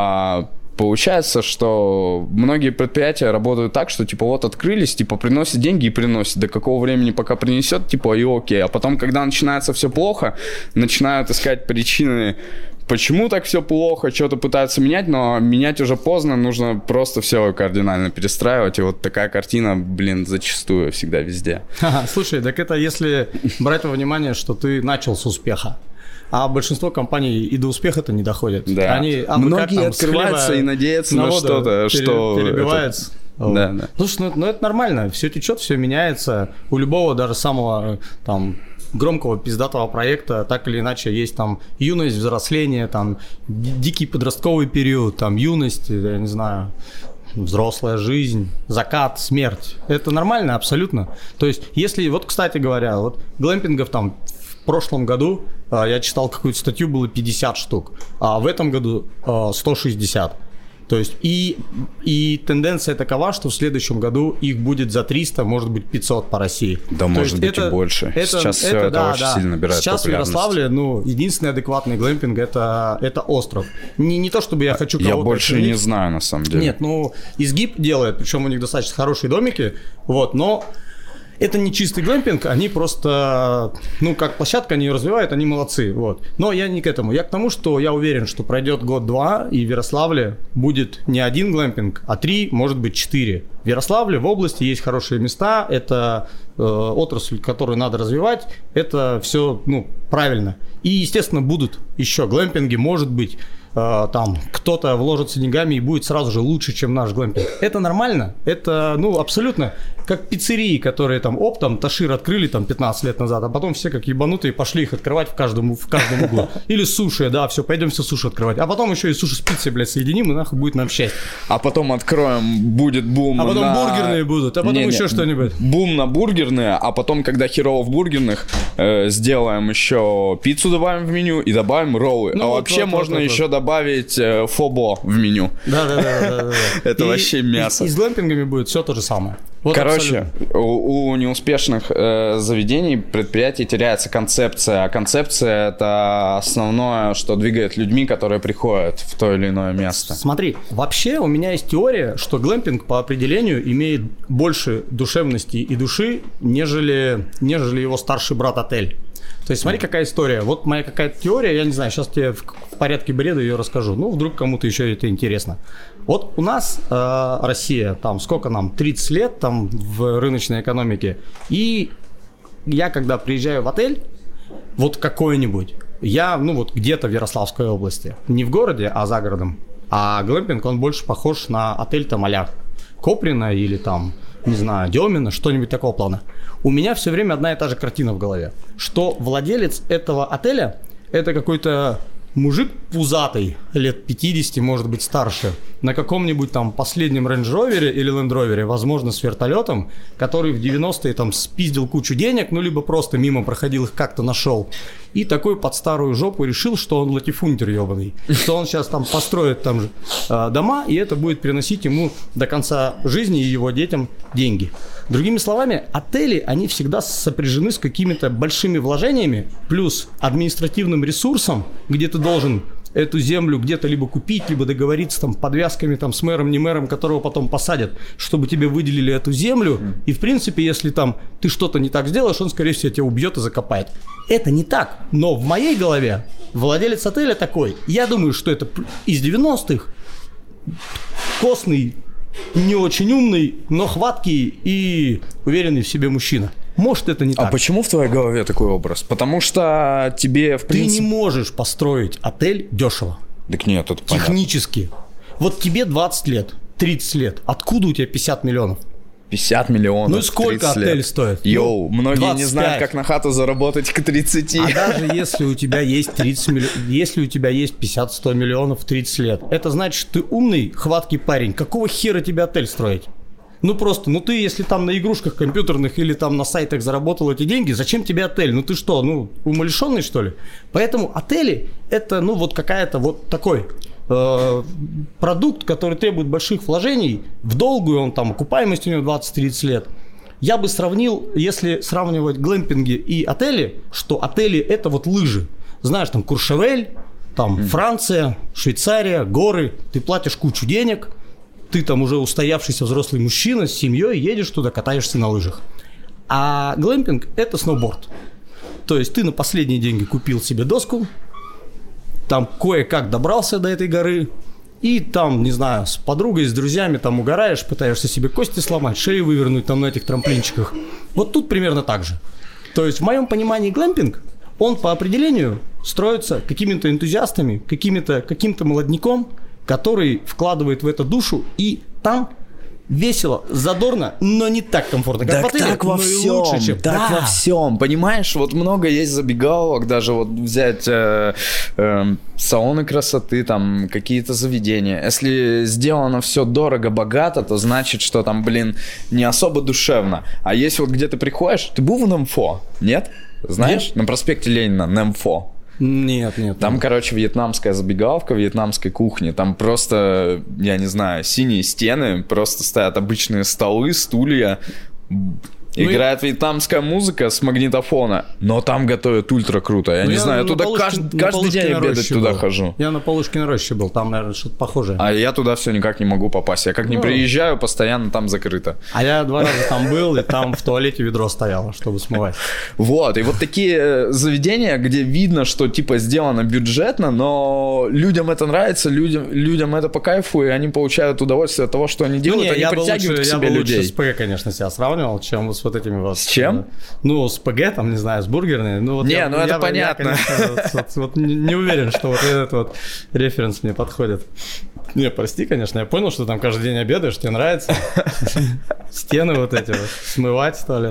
Получается, что многие предприятия работают так, что, вот открылись, приносят деньги и приносят. До какого времени пока принесет, и окей. А потом, когда начинается все плохо, начинают искать причины, почему так все плохо, что-то пытаются менять, но менять уже поздно, нужно просто все кардинально перестраивать. И вот такая картина, зачастую всегда везде. Слушай, так это если брать во внимание, что ты начал с успеха. А большинство компаний и до успеха-то не доходят. Да. Многие открываются и надеются на что-то, что... Перебивается. Да. Слушай, это нормально. Все течет, все меняется. У любого, даже самого громкого пиздатого проекта, так или иначе, есть там юность, взросление, там дикий подростковый период, там юность, я не знаю... взрослая жизнь, закат, смерть. Это нормально абсолютно. То есть, если... Вот, кстати говоря, глэмпингов там в прошлом году, я читал какую-то статью, было 50 штук, а в этом году 160. То есть и тенденция такова, что в следующем году их будет за 300, может быть 500 по России. Да, то может быть и больше. Сейчас все это очень сильно набирает сейчас популярность. Сейчас в Ярославле, единственный адекватный глэмпинг это остров. Не то, чтобы я хочу кого-то... Я больше не знаю, на самом деле. Нет, Изгиб делает, причем у них достаточно хорошие домики, но... Это не чистый глэмпинг, они просто, как площадка, они ее развивают, они молодцы, Но я не к этому, я к тому, что я уверен, что пройдет год-два, и в Ярославле будет не один глэмпинг, а 3, может быть 4. В Ярославле, в области есть хорошие места, это отрасль, которую надо развивать, это все, правильно. И, естественно, будут еще глэмпинги, может быть, там кто-то вложится деньгами и будет сразу же лучше, чем наш глэмпинг. Это нормально, это, абсолютно как пиццерии, которые там оптом Ташир открыли там 15 лет назад, а потом все как ебанутые пошли их открывать в каждом углу. Или суши, да, все, пойдем все суши открывать. А потом еще и суши с пиццей, соединим, и нахуй будет нам счастье. А потом откроем, будет бум. А потом бургерные будут, а потом еще что-нибудь. Бум на бургерные, а потом, когда херово в бургерных, сделаем еще пиццу, добавим в меню и добавим роллы. Вообще можно еще добавить фобо в меню. Да. Это вообще мясо. И с глэмпингами будет все то же самое. Короче, у неуспешных заведений, предприятий теряется концепция. А концепция — это основное, что двигает людьми, которые приходят в то или иное место. Смотри, вообще у меня есть теория, что глэмпинг по определению определению имеет больше душевности и души, нежели его старший брат-отель. То есть смотри, какая история. Вот моя какая-то теория, я не знаю, сейчас тебе в порядке бреда ее расскажу. Ну, вдруг кому-то еще это интересно. Вот у нас Россия, там сколько нам, 30 лет там в рыночной экономике. И я, когда приезжаю в отель, вот какой-нибудь, я, ну вот где-то в Ярославской области, не в городе, а за городом. А глэмпинг, он больше похож на отель там а-ля Коприна или там, не знаю, Демина, что-нибудь такого плана. У меня все время одна и та же картина в голове, что владелец этого отеля – это какой-то мужик пузатый, лет 50, может быть, старше, на каком-нибудь там последнем Range Rover или Land Rover, возможно, с вертолетом, который в 90-е там спиздил кучу денег, ну, либо просто мимо проходил, их как-то нашел. И такой под старую жопу решил, что он латифунтер ебаный, что он сейчас там построит там же дома, и это будет приносить ему до конца жизни и его детям деньги. Другими словами, отели, они всегда сопряжены с какими-то большими вложениями, плюс административным ресурсом, где ты должен эту землю где-то либо купить, либо договориться там подвязками там с мэром, не мэром, которого потом посадят, чтобы тебе выделили эту землю. И в принципе, если там ты что-то не так сделаешь, он, скорее всего, тебя убьет и закопает. Это не так, но в моей голове владелец отеля такой. Я думаю, что это из 90-х костный, не очень умный, но хваткий и уверенный в себе мужчина. Может, это не так. А почему в твоей голове такой образ? Потому что тебе, в принципе... Ты не можешь построить отель дешево. Так нет, это технически. Понятно. Вот тебе 20 лет, 30 лет. Откуда у тебя 50 миллионов? 50 миллионов. Ну и сколько отель стоит? Йоу, многие 25. Не знают, как на хату заработать к 30. А даже если у тебя есть 30 миллионов, если у тебя есть 50-100 миллионов в 30 лет, это значит, что ты умный, хваткий парень. Какого хера тебе отель строить? Ну просто, ну ты если там на игрушках компьютерных или там на сайтах заработал эти деньги, зачем тебе отель? Ну ты что, ну умалишенный что ли? Поэтому отели это ну вот какая-то вот такой продукт, который требует больших вложений, в долгую он там, окупаемость у него 20-30 лет. Я бы сравнил, если сравнивать глэмпинги и отели, что отели это вот лыжи. Знаешь, там Куршевель, там Франция, Швейцария, горы, ты платишь кучу денег, ты там уже устоявшийся взрослый мужчина с семьей, едешь туда, катаешься на лыжах. А глэмпинг это сноуборд. То есть ты на последние деньги купил себе доску, там кое-как добрался до этой горы, и там, не знаю, с подругой, с друзьями там угораешь, пытаешься себе кости сломать, шею вывернуть там на этих трамплинчиках. Вот тут примерно так же. То есть в моем понимании глэмпинг, он по определению строится какими-то энтузиастами, каким-то молодняком, который вкладывает в это душу, и там весело, задорно, но не так комфортно. Как так, так во всем, лучше, чем... так во всем, понимаешь? Вот много есть забегаловок, даже вот взять салоны красоты, там какие-то заведения. Если сделано все дорого, богато, то значит, что там, блин, не особо душевно. А если вот где ты приходишь, ты был в НМФО? Нет? Знаешь? Нет? На проспекте Ленина, НМФО. Нет. Там, короче, вьетнамская забегаловка вьетнамской кухни. Там просто, я не знаю, синие стены, просто стоят обычные столы, стулья. Играет вьетнамская музыка с магнитофона, но там готовят ультра круто. Я не знаю, я туда каждый день обедать туда хожу. Я на Полушкиной роще был, там, наверное, что-то похожее. А я туда все никак не могу попасть. Я как не приезжаю, постоянно там закрыто. А я 2 раза там был, и там в туалете ведро стояло, чтобы смывать. Вот, и вот такие заведения, где видно, что типа сделано бюджетно, но людям это нравится, людям это по кайфу, и они получают удовольствие от того, что они делают, они притягивают к себе людей. Я бы лучше с ПГ, конечно, себя сравнивал, чем с вот этими вот... С чем? Ну, с ПГ, там, не знаю, с бургерной. Ну, вот это понятно. Я, конечно, не уверен, что вот этот вот референс мне подходит. Не, прости, конечно, я понял, что там каждый день обедаешь, тебе нравится. Стены вот эти вот, смывать туалет.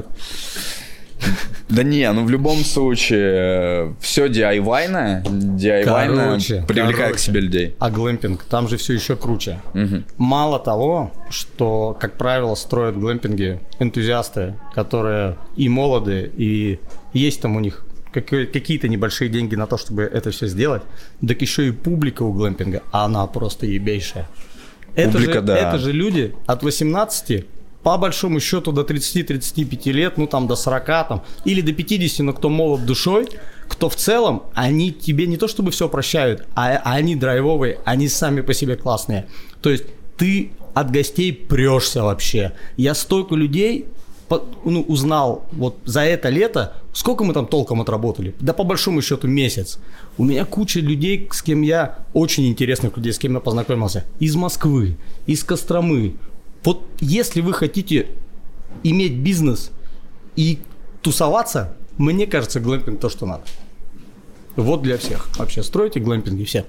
Да не, ну в любом случае все DIY-ное привлекает к себе людей. А глэмпинг, там же все еще круче. Мало того, что, как правило, строят глэмпинги энтузиасты, которые и молодые, и есть там у них какие-то небольшие деньги на то, чтобы это все сделать, так еще и публика у глэмпинга, она просто ебейшая. Это же люди от 18 по большому счету до 30-35 лет, ну там до 40 там, или до 50, но кто молод душой, кто в целом, они тебе не то чтобы все прощают, а они драйвовые, они сами по себе классные. То есть ты от гостей прешься вообще. Я столько людей узнал вот за это лето, сколько мы там толком отработали? Да по большому счету месяц. У меня куча людей, с кем я, очень интересных людей, с кем я познакомился. Из Москвы, из Костромы. Вот если вы хотите иметь бизнес и тусоваться, мне кажется, глэмпинг то, что надо. Вот для всех. Вообще стройте глэмпинги все.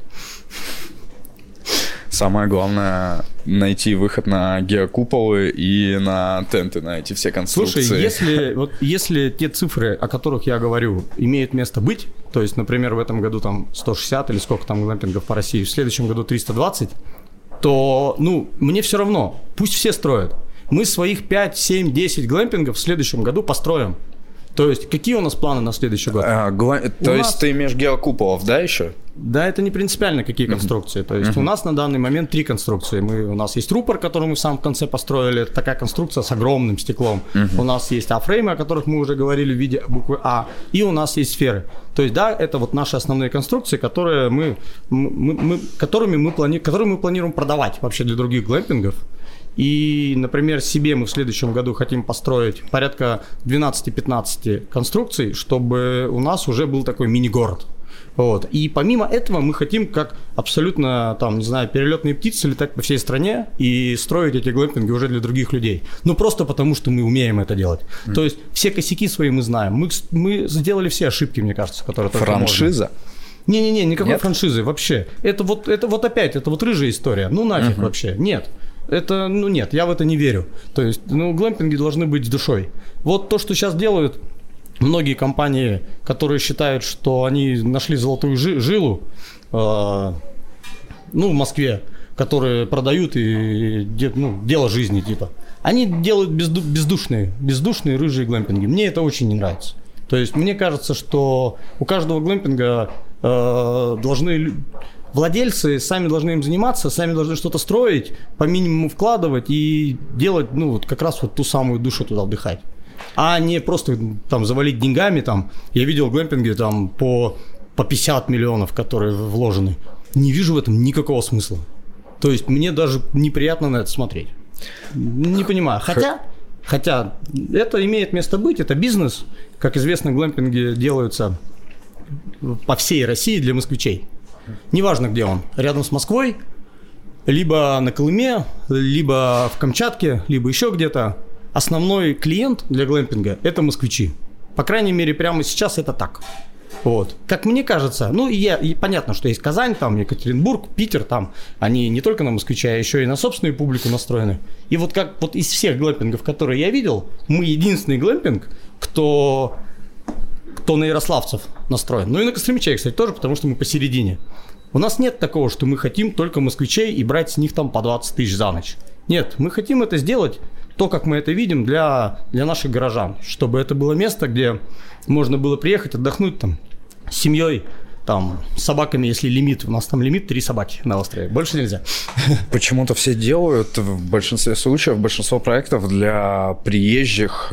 Самое главное найти выход на геокуполы и на тенты, на эти все конструкции. Слушай, если те цифры, о которых я говорю, имеют место быть, то есть, например, в этом году там 160 или сколько там глэмпингов по России, в следующем году 320, то, мне все равно, пусть все строят. Мы своих 5, 7, 10 глэмпингов в следующем году построим. То есть, какие у нас планы на следующий год? То есть, ты имеешь геокуполов, да, еще? Да, это не принципиально, какие конструкции. То есть, у нас на данный момент 3 конструкции. У нас есть рупор, который мы в самом конце построили. Это такая конструкция с огромным стеклом. У нас есть А-фреймы, о которых мы уже говорили в виде буквы А. И у нас есть сферы. То есть, да, это вот наши основные конструкции, которые мы планируем продавать вообще для других глэмпингов. И, например, себе мы в следующем году хотим построить порядка 12-15 конструкций, чтобы у нас уже был такой мини-город. Вот. И помимо этого мы хотим, как абсолютно, перелетные птицы, летать по всей стране и строить эти глэмпинги уже для других людей. Просто потому, что мы умеем это делать. То есть все косяки свои мы знаем. Мы сделали все ошибки, мне кажется, которые только можно. Франшиза? Не-не-не, никакой франшизы вообще. Это рыжая история. Нафиг вообще. Нет. Нет, я в это не верю. То есть, глэмпинги должны быть с душой. Вот то, что сейчас делают многие компании, которые считают, что они нашли золотую жилу, в Москве, которые продают и дело жизни, типа. Они делают бездушные рыжие глэмпинги. Мне это очень не нравится. То есть, мне кажется, что у каждого глэмпинга владельцы сами должны им заниматься, сами должны что-то строить, по минимуму вкладывать и делать, как раз ту самую душу туда вдыхать. А не просто завалить деньгами. Я видел глэмпинги по 50 миллионов, которые вложены. Не вижу в этом никакого смысла. То есть мне даже неприятно на это смотреть. Не понимаю. Хотя это имеет место быть, это бизнес. Как известно, глэмпинги делаются по всей России для москвичей. Неважно, где он, рядом с Москвой, либо на Колыме, либо в Камчатке, либо еще где-то. Основной клиент для глэмпинга – это москвичи. По крайней мере, прямо сейчас это так. Вот. Как мне кажется, и понятно, что есть Казань, Екатеринбург, Питер, они не только на москвича, а еще и на собственную публику настроены. И из всех глэмпингов, которые я видел, мы единственный глэмпинг, кто на ярославцев настроен. И на костромичей, кстати, тоже, потому что мы посередине. У нас нет такого, что мы хотим только москвичей и брать с них по 20 тысяч за ночь. Нет, мы хотим это сделать, то, как мы это видим, для наших горожан. Чтобы это было место, где можно было приехать, отдохнуть с семьей, с собаками, если лимит. У нас лимит 3 собаки на острове. Больше нельзя. Почему-то все делают в большинстве случаев, большинство проектов для приезжих,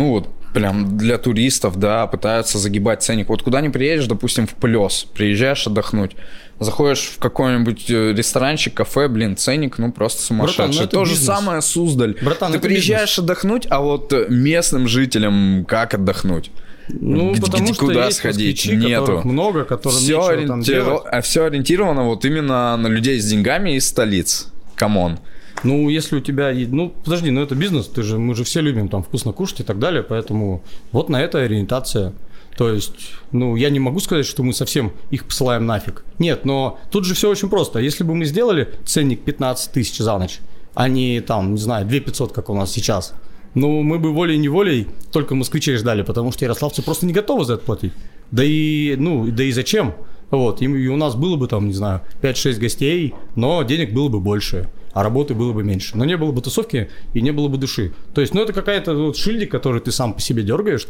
прям для туристов, да, пытаются загибать ценник. Вот куда ни приедешь, допустим, в Плёс, приезжаешь отдохнуть, заходишь в какой-нибудь ресторанчик, кафе, ценник, просто сумасшедший. То же самое Суздаль. Братан, ты приезжаешь отдохнуть, а вот местным жителям как отдохнуть? Потому что куда есть сходить? Нету. Много, которым нечего там делать. А все ориентировано именно на людей с деньгами из столиц. Камон. Если у тебя... подожди, это бизнес, мы же все любим вкусно кушать и так далее, поэтому вот на это ориентация. То есть, я не могу сказать, что мы совсем их посылаем нафиг. Нет, но тут же все очень просто. Если бы мы сделали ценник 15 тысяч за ночь, а не 2 500, как у нас сейчас, мы бы волей-неволей только москвичей ждали, потому что ярославцы просто не готовы за это платить. Да и зачем? Вот, и у нас было бы 5-6 гостей, но денег было бы больше, а работы было бы меньше. Но не было бы тусовки и не было бы души. То есть, это какая-то шильдик, который ты сам по себе дергаешь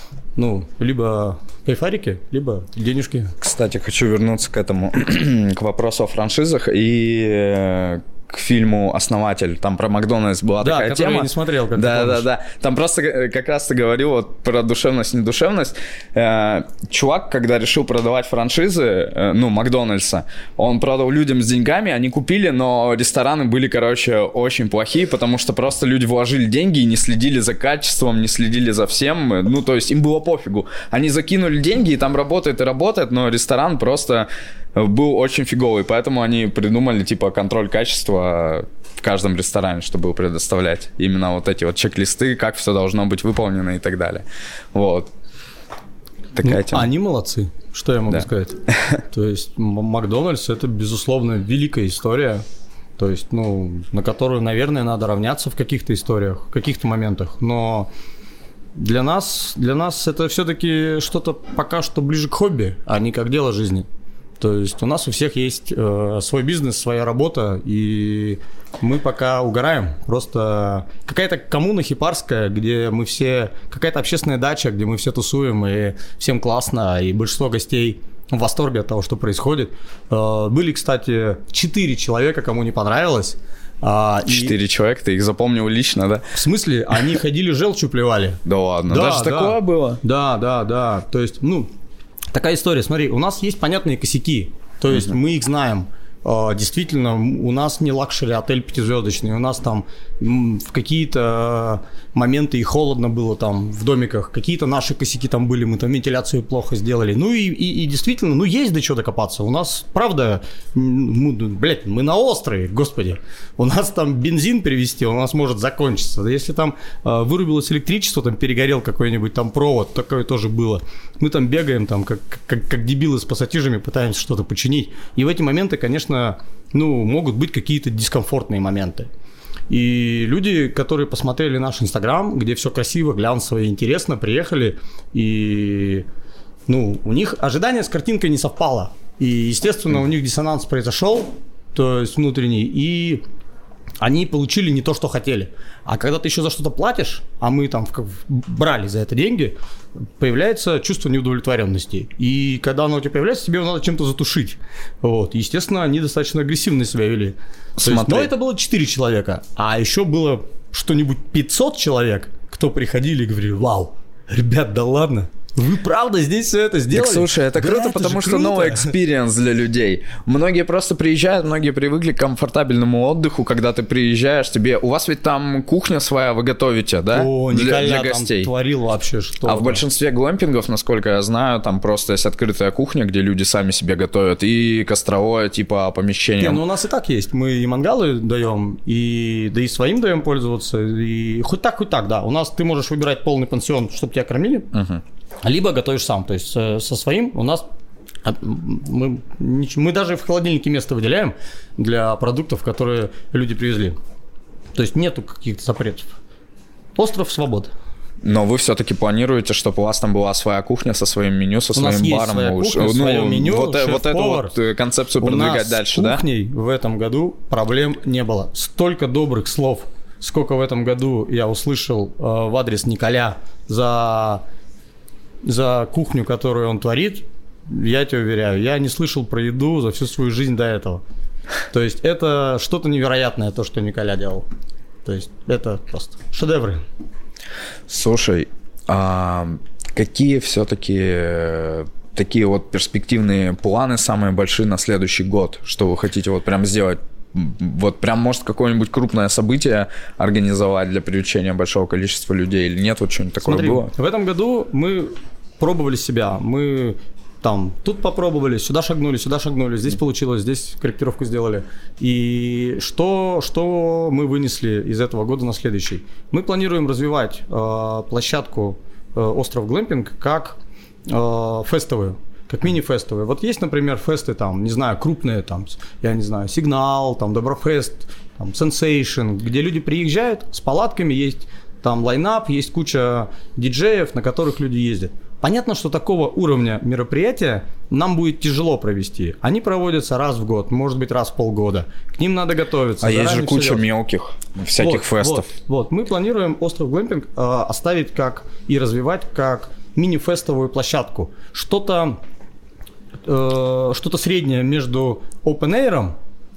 либо кайфарики, либо денежки. Кстати, хочу вернуться к этому, к вопросу о франшизах и к фильму «Основатель», там про Макдональдс была такая тема. Да, я не смотрел, как Да. Там просто как раз ты говорил вот про душевность, недушевность. Чувак, когда решил продавать франшизы, Макдональдса, он продал людям с деньгами, они купили, но рестораны были, очень плохие, потому что просто люди вложили деньги и не следили за качеством, не следили за всем, то есть им было пофигу. Они закинули деньги, и там работает, но ресторан просто был очень фиговый, поэтому они придумали, контроль качества в каждом ресторане, чтобы предоставлять именно вот эти вот чек-листы, как все должно быть выполнено и так далее. Вот. Такая тема. Они молодцы, что я могу сказать. То есть Макдональдс — это, безусловно, великая история, то есть, на которую, наверное, надо равняться в каких-то историях, в каких-то моментах, но для нас это все-таки что-то пока что ближе к хобби, а не как дело жизни. То есть у нас у всех есть свой бизнес, своя работа, и мы пока угораем. Просто какая-то коммуна хипарская, где мы все... Какая-то общественная дача, где мы все тусуем, и всем классно, и большинство гостей в восторге от того, что происходит. Были, кстати, 4 человека, кому не понравилось. 4 человека, ты их запомнил лично, да? В смысле? Они ходили, желчью плевали. Да ладно, даже такое было? Да. То есть, такая история. Смотри, у нас есть понятные косяки, то есть мы их знаем. Действительно, у нас не лакшери-отель 5-звездочный, у нас там в какие-то моменты и холодно было там в домиках, какие-то наши косяки там были, мы там вентиляцию плохо сделали. И действительно, есть до чего докопаться. У нас, правда, мы на острове, господи, у нас там бензин привезти, у нас может закончиться. Если там вырубилось электричество, там перегорел какой-нибудь там провод, такое тоже было. Мы там бегаем, там, как дебилы с пассатижами, пытаемся что-то починить. И в эти моменты, конечно, могут быть какие-то дискомфортные моменты. И люди, которые посмотрели наш Инстаграм, где все красиво, глянцево и интересно, приехали, и у них ожидание с картинкой не совпало. И, естественно, у них диссонанс произошел, то есть внутренний, и они получили не то, что хотели. А когда ты еще за что-то платишь, а мы там брали за это деньги, появляется чувство неудовлетворенности. И когда оно у тебя появляется, тебе его надо чем-то затушить. Вот. Естественно, они достаточно агрессивно себя вели. Но это было 4 человека. А еще было что-нибудь 500 человек, кто приходили и говорили: вау, ребят, да ладно? Вы правда здесь все это сделали? Так, слушай, это круто, потому что новый экспириенс для людей. Многие просто приезжают, многие привыкли к комфортабельному отдыху, когда ты приезжаешь, у вас ведь там кухня своя, вы готовите, да? Для гостей. Там творил вообще что-то. А в большинстве глэмпингов, насколько я знаю, там просто есть открытая кухня, где люди сами себе готовят, и костровое типа помещение. У нас и так есть. Мы и мангалы даем, и своим даем пользоваться, и хоть так, да. У нас ты можешь выбирать полный пансион, чтобы тебя кормили. Либо готовишь сам, то есть со своим у нас мы даже в холодильнике место выделяем для продуктов, которые люди привезли. То есть нету каких-то запретов. Остров свободы. Но вы все-таки планируете, чтобы у вас там была своя кухня со своим меню, со своим баром? У нас есть своя кухня, свое меню, вот эту концепцию продвигать дальше, да? У нас с кухней в этом году проблем не было. Столько добрых слов, сколько в этом году я услышал в адрес Николя за кухню, которую он творит, я тебе уверяю, я не слышал про еду за всю свою жизнь до этого. То есть это что-то невероятное, то, что Николя делал. То есть это просто шедевры. Слушай, какие все-таки такие вот перспективные планы самые большие на следующий год? Что вы хотите вот прям сделать? Вот прям, может, какое-нибудь крупное событие организовать для привлечения большого количества людей или нет? Вот что-нибудь такое было? В этом году мы пробовали себя. Мы там тут попробовали, сюда шагнули, здесь получилось, здесь корректировку сделали. И что мы вынесли из этого года на следующий? Мы планируем развивать площадку «Остров Глэмпинг» как фестовую. Как мини-фестовые. Вот есть, например, фесты там, не знаю, крупные, там, я не знаю, Сигнал, там, Доброфест, там, Sensation, где люди приезжают с палатками, есть там лайнап, есть куча диджеев, на которых люди ездят. Понятно, что такого уровня мероприятия нам будет тяжело провести. Они проводятся раз в год, может быть, раз в полгода. К ним надо готовиться. А есть же куча мелких всяких фестов. Вот, мы планируем Остров Глэмпинг оставить и развивать как мини-фестовую площадку. Что-то среднее между Open Air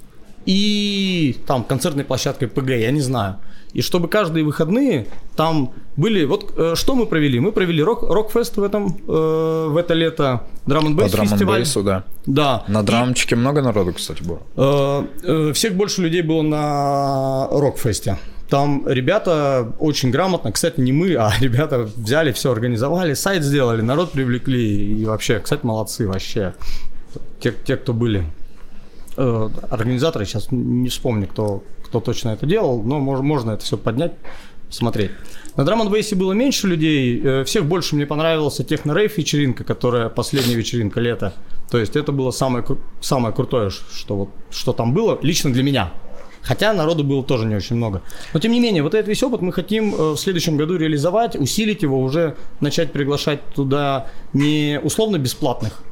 и там концертной площадкой ПГ, я не знаю. И чтобы каждые выходные там были... Вот что мы провели? Мы провели рок-фест в это лето, драм-н-бейс фестиваль. По драм-н-бейсу, да. Да. На драмчике много народу, кстати, было? Всех больше людей было на рок-фесте. Там ребята очень грамотно, кстати, не мы, а ребята взяли, все организовали, сайт сделали, народ привлекли. И вообще, кстати, молодцы вообще. Те, кто были. Организаторы, сейчас не вспомню, кто точно это делал, но можно это все поднять, смотреть. На драм-н-бейсе было меньше людей, всех больше мне понравилась техно-рейв вечеринка, которая последняя вечеринка лета. То есть это было самое крутое, что там было, лично для меня. Хотя народу было тоже не очень много. Но тем не менее, вот этот весь опыт мы хотим в следующем году реализовать, усилить его, уже начать приглашать туда не условно бесплатных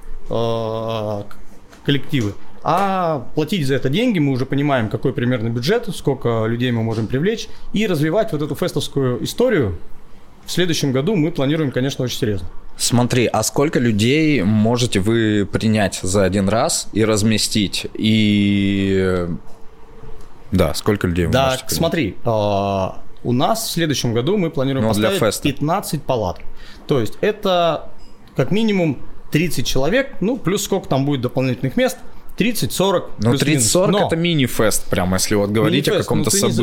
коллективы, а платить за это деньги. Мы уже понимаем, какой примерно бюджет, сколько людей мы можем привлечь, и развивать вот эту фестовскую историю. В следующем году мы планируем, конечно, очень серьезно. Смотри, а сколько людей можете вы принять за один раз и разместить? И да, сколько людей вы можете принять? Смотри, у нас в следующем году мы планируем поставить 15 палаток. То есть это как минимум 30 человек, плюс сколько там будет дополнительных мест. 30-40. Ну, 30-40 это мини-фест, прям, если вот говорить о каком-то событии. Не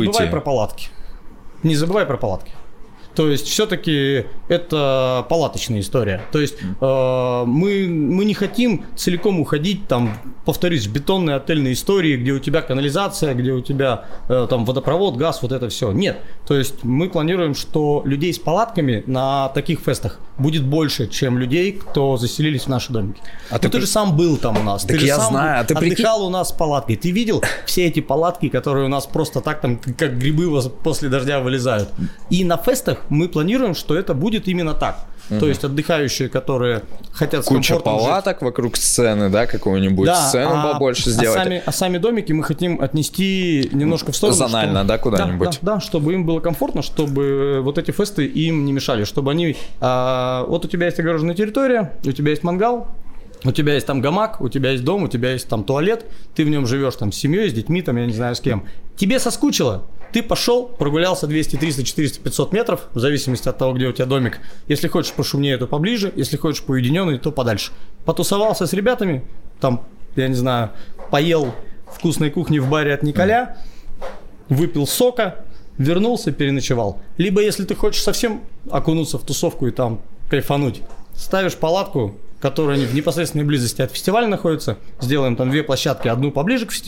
забывай про палатки. То есть все-таки это палаточная история. То есть мы не хотим целиком уходить, там, повторюсь, в бетонные отельные истории, где у тебя канализация, где у тебя там водопровод, газ, вот это все. Нет. То есть мы планируем, что людей с палатками на таких фестах будет больше, чем людей, кто заселились в наши домики. Ты же сам был там у нас. Так ты я же сам знаю. отдыхал у нас с палаткой. Ты видел все эти палатки, которые у нас просто так там, как грибы после дождя вылезают. И на фестах мы планируем, что это будет именно так. То есть отдыхающие, которые хотят с куча комфортом палаток жить. Вокруг сцены, да, какую-нибудь сцену побольше сделать. А сами домики мы хотим отнести немножко в сторону. Зонально, да, куда-нибудь? Да, чтобы им было комфортно, чтобы вот эти фесты им не мешали, чтобы они... вот у тебя есть огороженная территория, у тебя есть мангал, у тебя есть там гамак, у тебя есть дом, у тебя есть там туалет, ты в нем живешь там с семьей, с детьми, там, я не знаю с кем. Тебе соскучило? Ты пошел, прогулялся 200, 300, 400, 500 метров, в зависимости от того, где у тебя домик. Если хочешь пошумнее, то поближе, если хочешь поуединенный, то подальше. Потусовался с ребятами, там, я не знаю, поел вкусной кухни в баре от Николя, выпил сока, вернулся, переночевал. Либо, если ты хочешь совсем окунуться в тусовку и там кайфануть, ставишь палатку, которые в непосредственной близости от фестиваля находятся. Сделаем там 2 площадки, одну поближе к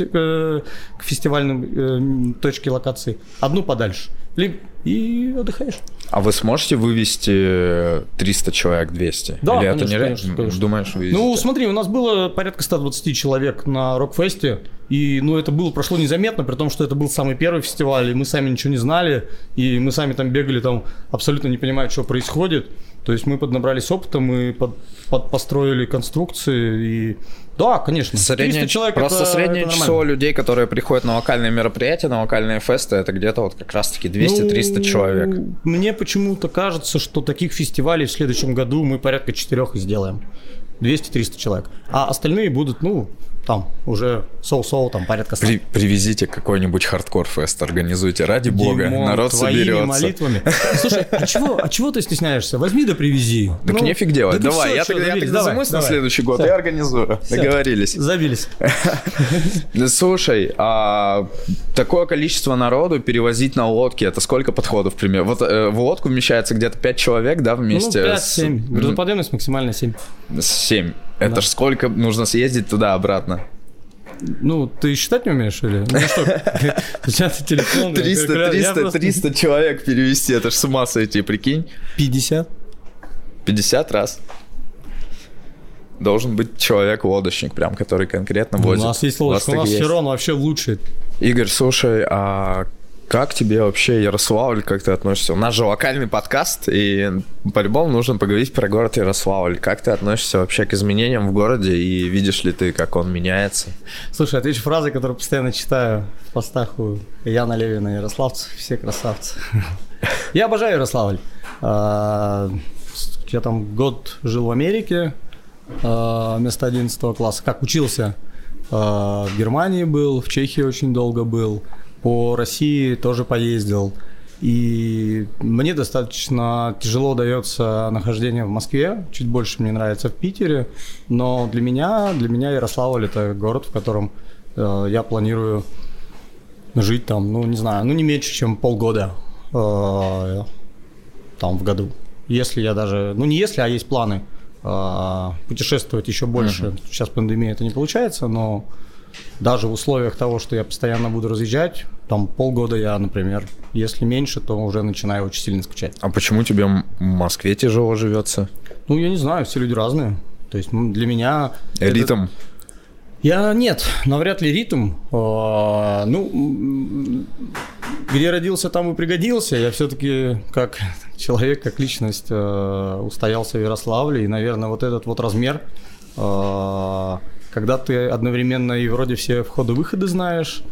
фестивальным точке локации, одну подальше. И отдыхаешь. А вы сможете вывести 300 человек, 200? Да, или конечно, это нереально? Конечно. Думаешь, вывезете? Ну, смотри, у нас было порядка 120 человек на рок-фесте, и это прошло незаметно, при том, что это был самый первый фестиваль, и мы сами ничего не знали, и мы сами там бегали, там абсолютно не понимая, что происходит. То есть мы поднабрались опыта, мы построили конструкции, и да, конечно. 300 человек просто среднее число людей, которые приходят на локальные мероприятия, на локальные фесты, это где-то вот как раз-таки 200-300 человек. Мне почему-то кажется, что таких фестивалей в следующем году мы порядка 4 и сделаем. 200-300 человек. А остальные будут, там уже соу-соу, там порядка 100. Привезите какой-нибудь хардкор-фест, организуйте, ради бога, народ соберется. Молитвами. Слушай, а чего ты стесняешься? Возьми да привези. Так нефиг делать, давай, я тогда займусь на следующий год, я организую, договорились. Забились. Слушай, а такое количество народу перевозить на лодке, это сколько подходов, примерно? Вот в лодку вмещается где-то 5 человек, да, вместе? 5-7, грузоподъемность максимально 7. 7. Это ж сколько нужно съездить туда-обратно? Ты считать не умеешь или? Сейчас телефон. 300 человек перевести, это ж с ума сойти, прикинь. 50. 50 раз. Должен быть человек-лодочник, прям, который конкретно возит. У нас есть лодочка, у нас Херон вообще лучший. Игорь, слушай, а как тебе вообще Ярославль, как ты относишься? У нас же локальный подкаст, и по-любому нужно поговорить про город Ярославль. Как ты относишься вообще к изменениям в городе, и видишь ли ты, как он меняется? Слушай, отвечу фразы, которые постоянно читаю в постах у Яна Левина, ярославцы, все красавцы. Я обожаю Ярославль. Я там год жил в Америке, вместо 11 класса, как учился. В Германии был, в Чехии очень долго был, по России тоже поездил. И мне достаточно тяжело дается нахождение в Москве, чуть больше мне нравится в Питере, но для меня Ярославль – это город, в котором я планирую жить там, ну не знаю, ну не меньше, чем полгода там в году. Если я даже, ну не если, а есть планы путешествовать еще больше. Сейчас пандемия, это не получается, но даже в условиях того, что я постоянно буду разъезжать, там полгода я, например, если меньше, то уже начинаю очень сильно скучать. А почему тебе в Москве тяжело живется? Ну, я не знаю, все люди разные. То есть для меня... Ритм? Нет, навряд ли ритм. Ну, где родился, там и пригодился. Я все-таки как человек, как личность устоялся в Ярославле. И, наверное, вот этот вот размер... Когда ты одновременно и вроде все входы-выходы знаешь,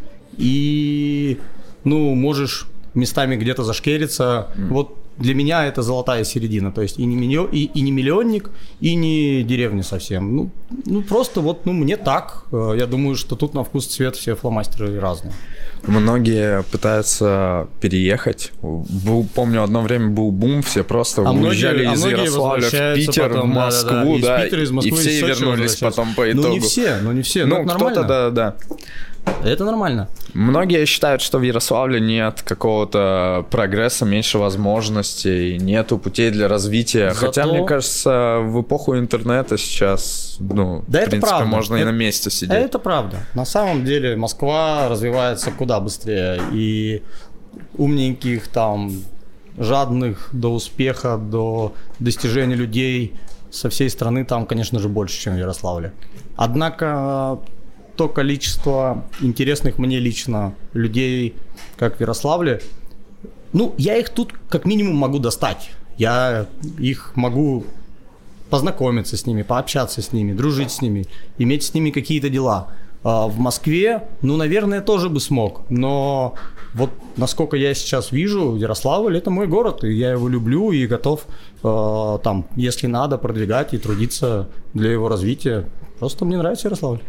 и, ну, можешь местами где-то зашкериться. Вот для меня это золотая середина. То есть и не миллионник, и не деревня совсем. Ну просто вот, ну, мне так. Я думаю, что тут на вкус цвет все фломастеры разные. Многие пытаются переехать. Помню, одно время был бум, все просто уезжали из Ярославля в Питер, потом, в Москву, да, и все вернулись потом по итогу. Ну не все, ну кто-то, да. Это нормально. Многие считают, что в Ярославле нет какого-то прогресса, меньше возможностей, нету путей для развития. Хотя, мне кажется, в эпоху интернета сейчас, ну, да, в принципе, можно и на месте сидеть. Это правда. На самом деле Москва развивается куда быстрее. И умненьких там, жадных до успеха, до достижений людей со всей страны там, конечно же, больше, чем в Ярославле. Однако... то количество интересных мне лично людей, как в Ярославле, ну, я их тут как минимум могу достать. Я их могу познакомиться с ними, пообщаться с ними, дружить с ними, иметь с ними какие-то дела. В Москве, ну, наверное, тоже бы смог, но вот насколько я сейчас вижу, Ярославль – это мой город, и я его люблю и готов там, если надо, продвигать и трудиться для его развития. Просто мне нравится Ярославль.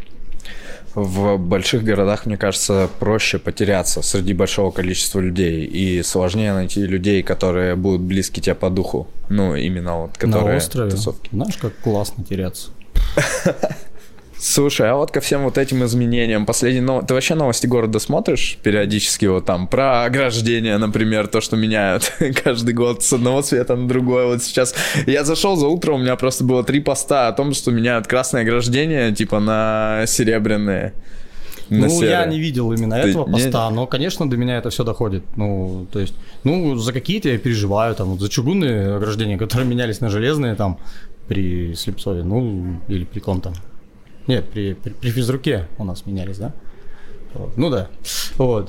В больших городах, мне кажется, проще потеряться среди большого количества людей, и сложнее найти людей, которые будут близки тебе по духу. Ну, именно вот, которые... На острове. Тусовки. Знаешь, как классно теряться. Слушай, а вот ко всем вот этим изменениям, ты вообще новости города смотришь периодически, вот там, про ограждение, например, то, что меняют каждый год с одного цвета на другой. Вот сейчас я зашел за утро, у меня просто было 3 поста о том, что меняют красное ограждение, типа, на серебряные. Я не видел именно этого поста, но, конечно, до меня это все доходит. Ну, то есть, за какие-то я переживаю, там, за чугунные ограждения, которые менялись на железные, там, при Слепцове, или при ком там. Нет, при физруке у нас менялись, да? Вот. Ну да. Вот.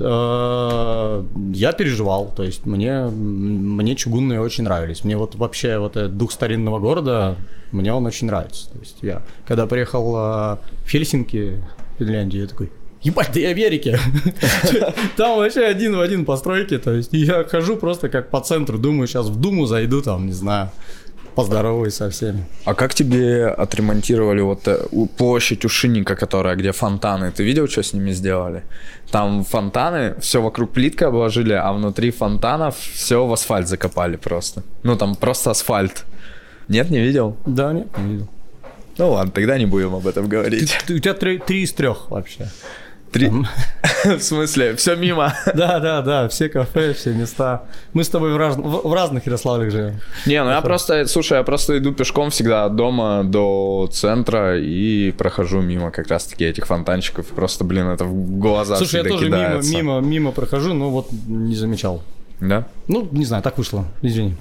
Я переживал, то есть мне чугунные очень нравились. Мне вот вообще вот этот дух старинного города, мне он очень нравится. То есть я, когда приехал в Хельсинки, Финляндию, я такой, ебать, да я в Америке. Там вообще один в один постройки, то есть я хожу просто как по центру, думаю, сейчас в Думу зайду, там, не знаю, поздороваюсь со всеми. А как тебе отремонтировали вот площадь у Шинника, где фонтаны? Ты видел, что с ними сделали? Там фонтаны, все вокруг плиткой обложили, а внутри фонтанов все в асфальт закопали просто. Ну, там просто асфальт. Нет, не видел? Да, нет, не видел. Ну ладно, тогда не будем об этом говорить. У тебя 3 из 3 вообще. 3? В смысле, все мимо? Да, все кафе, все места. Мы с тобой в разных Ярославлях живем. Не, я просто иду пешком всегда от дома до центра и прохожу мимо как раз-таки этих фонтанчиков. Просто, это в глаза всегда кидается. Слушай, я тоже мимо прохожу, но вот не замечал. Да? Ну, не знаю, так вышло, извини.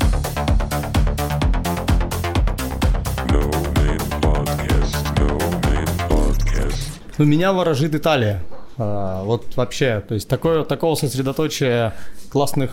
Меня ворожит Италия. Вот вообще, то есть такого сосредоточия классных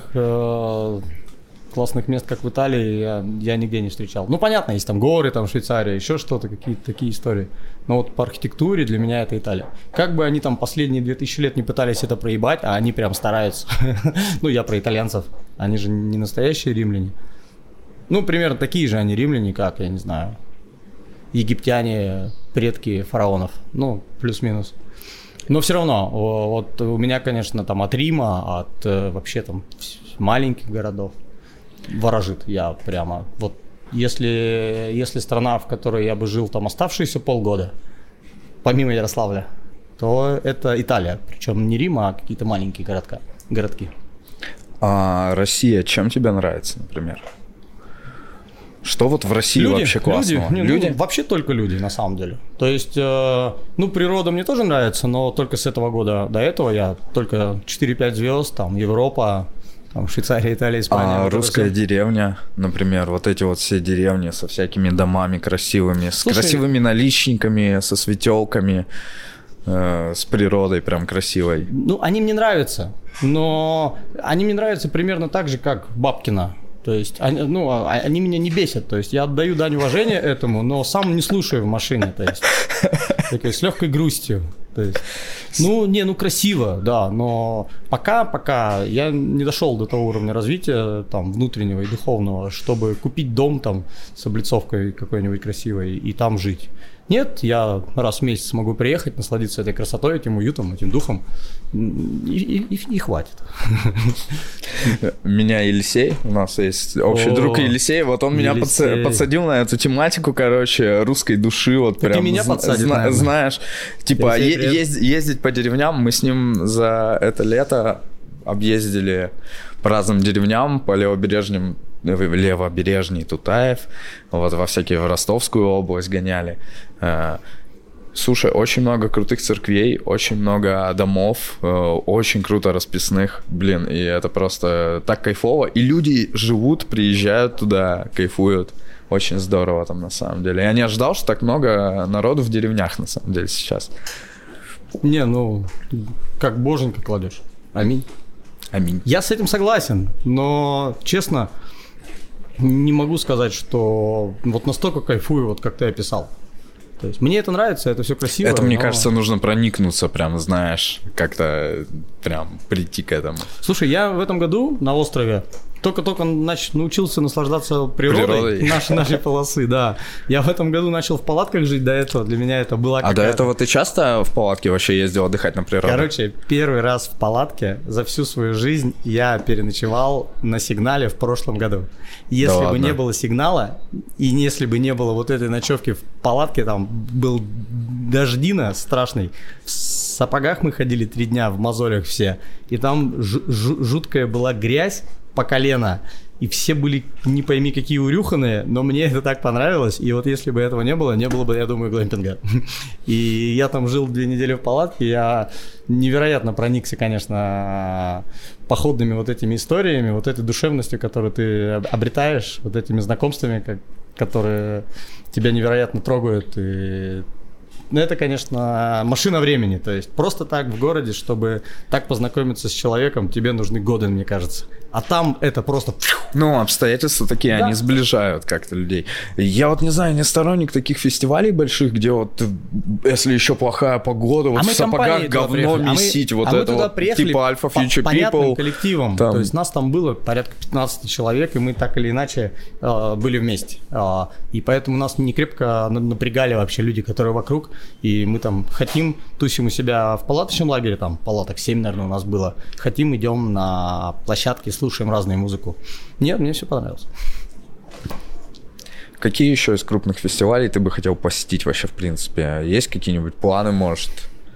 мест, как в Италии, я нигде не встречал. Ну, понятно, есть там горы, там Швейцария, еще что-то, какие-то такие истории. Но вот по архитектуре для меня это Италия. Как бы они там последние 2000 лет не пытались это проебать, а они прям стараются. Ну, я про итальянцев. Они же не настоящие римляне. Ну, примерно такие же они римляне, как, я не знаю, египтяне, предки фараонов, ну, плюс-минус. Но все равно, вот у меня, конечно, там от Рима, от вообще там маленьких городов ворожит. Я прямо, вот если страна, в которой я бы жил там оставшиеся полгода, помимо Ярославля, то это Италия, причем не Рим, а какие-то маленькие городки. А Россия чем тебе нравится, например? Что вот в России вообще классного? Люди? Ну, вообще только люди, на самом деле. То есть, природа мне тоже нравится, но только с этого года до этого я только 4-5 звезд, там, Европа, там, Швейцария, Италия, Испания. А русская деревня, например, вот эти вот все деревни со всякими домами красивыми, с красивыми наличниками, со светелками, с природой прям красивой. Ну, они мне нравятся, но они мне нравятся примерно так же, как Бабкина. То есть, они меня не бесят. То есть, я отдаю дань уважения этому, но сам не слушаю в машине. То есть, с легкой грустью. То есть, красиво, да, но пока я не дошел до того уровня развития там, внутреннего и духовного, чтобы купить дом там с облицовкой какой-нибудь красивой и там жить. Нет, я раз в месяц могу приехать, насладиться этой красотой, этим уютом, этим духом, и хватит. Меня Елисей, у нас есть общий друг Елисей, вот он меня подсадил на эту тематику, короче, русской души, вот прям. Ты меня подсадил, знаешь, типа ездить по деревням, мы с ним за это лето объездили по разным деревням, по левобережный Тутаев, вот во всякие в Ростовскую область гоняли. Слушай, очень много крутых церквей, очень много домов, очень круто расписных, блин, и это просто так кайфово. И люди живут, приезжают туда, кайфуют. Очень здорово там на самом деле. Я не ожидал, что так много народу в деревнях на самом деле сейчас. Не, как боженька кладешь. Аминь. Аминь. Я с этим согласен, но, честно, не могу сказать, что вот настолько кайфую, вот как ты описал. То есть мне это нравится, это все красиво. Это, мне кажется, нужно проникнуться прям, знаешь, как-то прям прийти к этому. Слушай, я в этом году на острове только научился наслаждаться природой. Нашей полосы, да. Я в этом году начал в палатках жить, до этого для меня это было до этого ты часто в палатке вообще ездил отдыхать на природу? Короче, первый раз в палатке за всю свою жизнь я переночевал на сигнале в прошлом году. Если бы не было сигнала, и если бы не было вот этой ночевки в палатке, там был дождина страшный, в сапогах мы ходили 3 дня, в мозолях все, и там жуткая была грязь по колено, и все были не пойми какие урюханные, но мне это так понравилось, и вот если бы этого не было бы, я думаю, глэмпинга. И я там жил 2 недели в палатке, я невероятно проникся, конечно, походными вот этими историями, вот этой душевностью, которую ты обретаешь, вот этими знакомствами, которые тебя невероятно трогают, и это, конечно, машина времени. То есть просто так в городе, чтобы так познакомиться с человеком, тебе нужны годы, мне кажется. А там это просто... обстоятельства такие, да. Они сближают как-то людей. Я вот не знаю, не сторонник таких фестивалей больших, где вот, если еще плохая погода, вот в сапогах говно месить, вот это вот, типа Alpha Future People. Коллективом. Там... То есть нас там было порядка 15 человек, и мы так или иначе были вместе. И поэтому нас не крепко напрягали вообще люди, которые вокруг. И мы там хотим, тусим у себя в палаточном лагере, там палаток 7, наверное, у нас было. Хотим, идем на площадке, слушаем разную музыку. Нет, мне все понравилось. Какие еще из крупных фестивалей ты бы хотел посетить вообще в принципе? Есть какие-нибудь планы, может,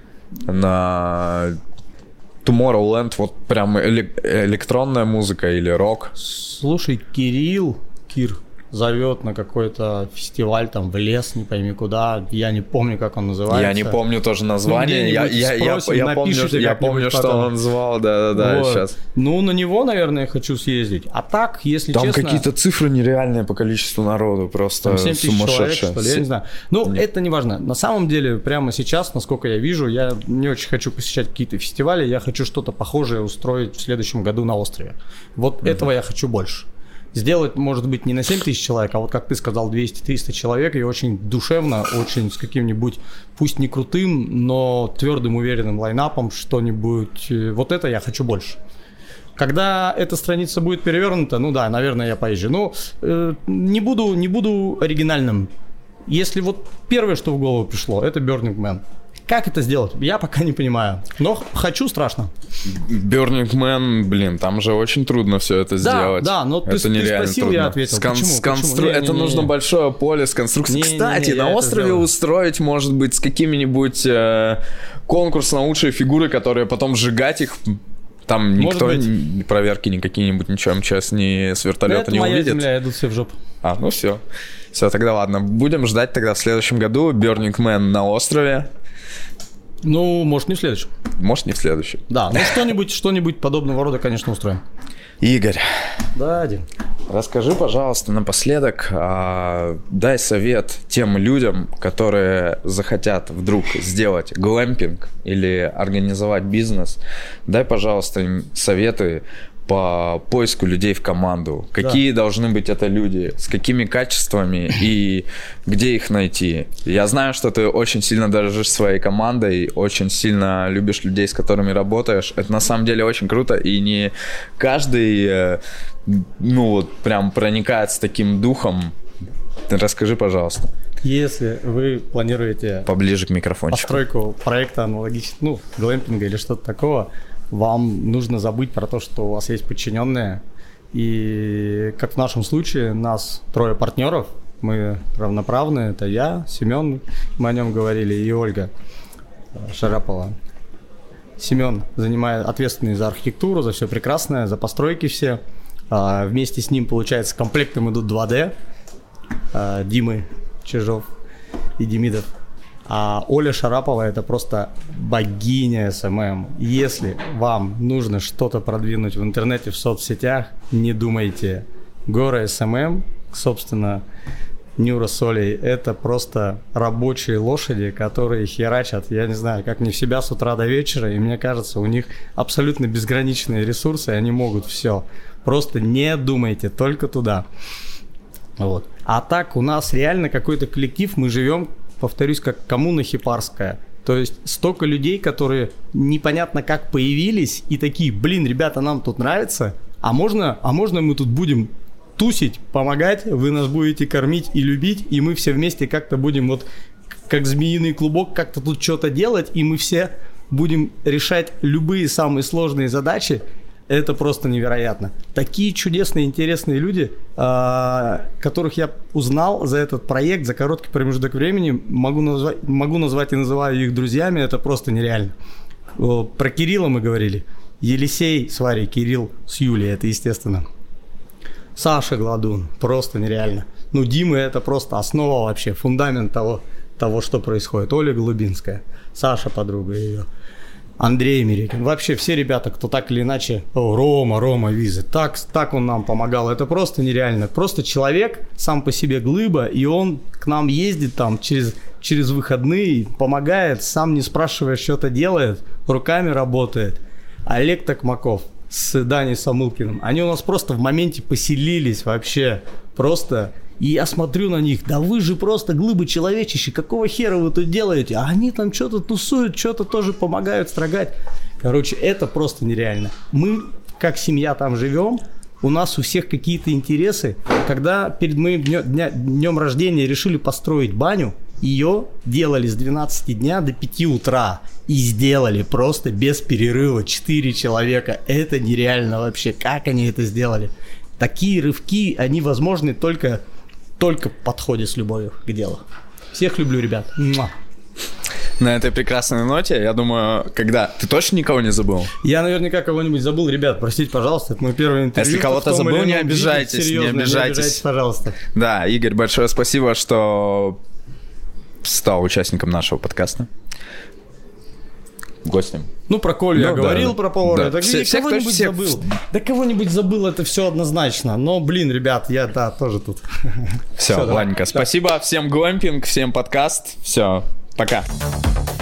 на Tomorrowland, вот прям электронная музыка или рок? Слушай, Кир зовет на какой-то фестиваль там в лес, не пойми куда, я не помню, как он называется. Я не помню тоже название, я помню, что он называл, да, сейчас. На него, наверное, хочу съездить. А так, если там честно... Там какие-то цифры нереальные по количеству народу, просто 7 тысяч человек, что ли, я не знаю. Это не важно. На самом деле, прямо сейчас, насколько я вижу, я не очень хочу посещать какие-то фестивали, я хочу что-то похожее устроить в следующем году на острове. Вот этого я хочу больше. Сделать, может быть, не на 7 тысяч человек, а вот, как ты сказал, 200-300 человек, и очень душевно, очень с каким-нибудь, пусть не крутым, но твердым, уверенным лайнапом, что-нибудь. Вот это я хочу больше. Когда эта страница будет перевернута, наверное, я поезжу. Не буду оригинальным Если вот первое, что в голову пришло, это Burning Man. Как это сделать? Я пока не понимаю. Но хочу страшно. Burning Man, блин, там же очень трудно все это сделать. Да, но ты спросил, трудно. Я ответил. Почему? Это нужно большое поле с конструкцией. Кстати, на острове устроить, может быть, с какими-нибудь конкурс на лучшие фигуры, которые потом сжигать их. Там никто, проверки никакие-нибудь, ничего, МЧС ни с вертолета не увидит. Это моя земля, идут все в жопу. Ну все. Все, тогда ладно. Будем ждать тогда в следующем году Burning Man на острове. Ну, может, не в следующем. Может, не в следующем. Да, ну что-нибудь подобного рода, конечно, устроим. Игорь. Да, Дим. Расскажи, пожалуйста, напоследок, дай совет тем людям, которые захотят вдруг сделать глэмпинг или организовать бизнес. Дай, пожалуйста, им советы по поиску людей в команду. Какие должны быть это люди, с какими качествами и где их найти. Я знаю, что ты очень сильно дорожишь своей командой, очень сильно любишь людей, с которыми работаешь. Это на самом деле очень круто, и не каждый, прям проникает таким духом. Расскажи, пожалуйста. Если вы планируете поближе к микрофончику постройку проекта аналогичного, глэмпинга или что-то такого, вам нужно забыть про то, что у вас есть подчиненные. И как в нашем случае, нас 3 партнеров, мы равноправные, это я, Семен, мы о нем говорили, и Ольга Шарапова. Семен ответственный за архитектуру, за все прекрасное, за постройки все. Вместе с ним, получается, комплектом идут 2D, Димы Чижов и Демидов. А Оля Шарапова – это просто богиня СММ. Если вам нужно что-то продвинуть в интернете, в соцсетях, не думайте. Горы СММ, собственно, Нюра с Олей – это просто рабочие лошади, которые херачат, я не знаю, как не в себя с утра до вечера. И мне кажется, у них абсолютно безграничные ресурсы, и они могут все. Просто не думайте, только туда. Вот. А так у нас реально какой-то коллектив, мы живем, повторюсь, как коммуна хипарская. То есть столько людей, которые непонятно как появились и такие, ребята, нам тут нравится, а можно мы тут будем тусить, помогать, вы нас будете кормить и любить, и мы все вместе как-то будем вот как змеиный клубок как-то тут что-то делать, и мы все будем решать любые самые сложные задачи. Это просто невероятно. Такие чудесные, интересные люди, которых я узнал за этот проект, за короткий промежуток времени, могу назвать и называю их друзьями, это просто нереально. Про Кирилла мы говорили. Елисей с Варей, Кирилл с Юлей, это естественно. Саша Гладун, просто нереально. Дима это просто основа вообще, фундамент того, что происходит. Оля Голубинская, Саша подруга ее. Андрей Мерекин. Вообще все ребята, кто так или иначе... Рома Визы. Так он нам помогал. Это просто нереально. Просто человек сам по себе глыба, и он к нам ездит там через выходные, помогает, сам не спрашивая, что-то делает, руками работает. Олег Токмаков с Даней Самылкиным. Они у нас просто в моменте поселились вообще. Просто... И я смотрю на них, да вы же просто глыбы человечищи, какого хера вы тут делаете? А они там что-то тусуют, что-то тоже помогают строгать. Короче, это просто нереально. Мы, как семья, там живем, у нас у всех какие-то интересы. Когда перед моим днем рождения решили построить баню, ее делали с 12 дня до 5 утра. И сделали просто без перерыва 4 человека. Это нереально вообще. Как они это сделали? Такие рывки, они возможны только в подходе с любовью к делу. Всех люблю, ребят. Муа. На этой прекрасной ноте, я думаю, когда... Ты точно никого не забыл? Я наверняка кого-нибудь забыл. Ребят, простите, пожалуйста, это мой первый интервью. Если кого-то забыл, не обижайтесь, не обижайтесь, пожалуйста. Да, Игорь, большое спасибо, что стал участником нашего подкаста. Гостем. Про Колю я говорил, про повара. Да. Кого-нибудь забыл. Да кого-нибудь забыл, это все однозначно. Но, ребят, я тоже тут. Все, ладненько. Спасибо всем глэмпинг, всем подкаст. Все, пока.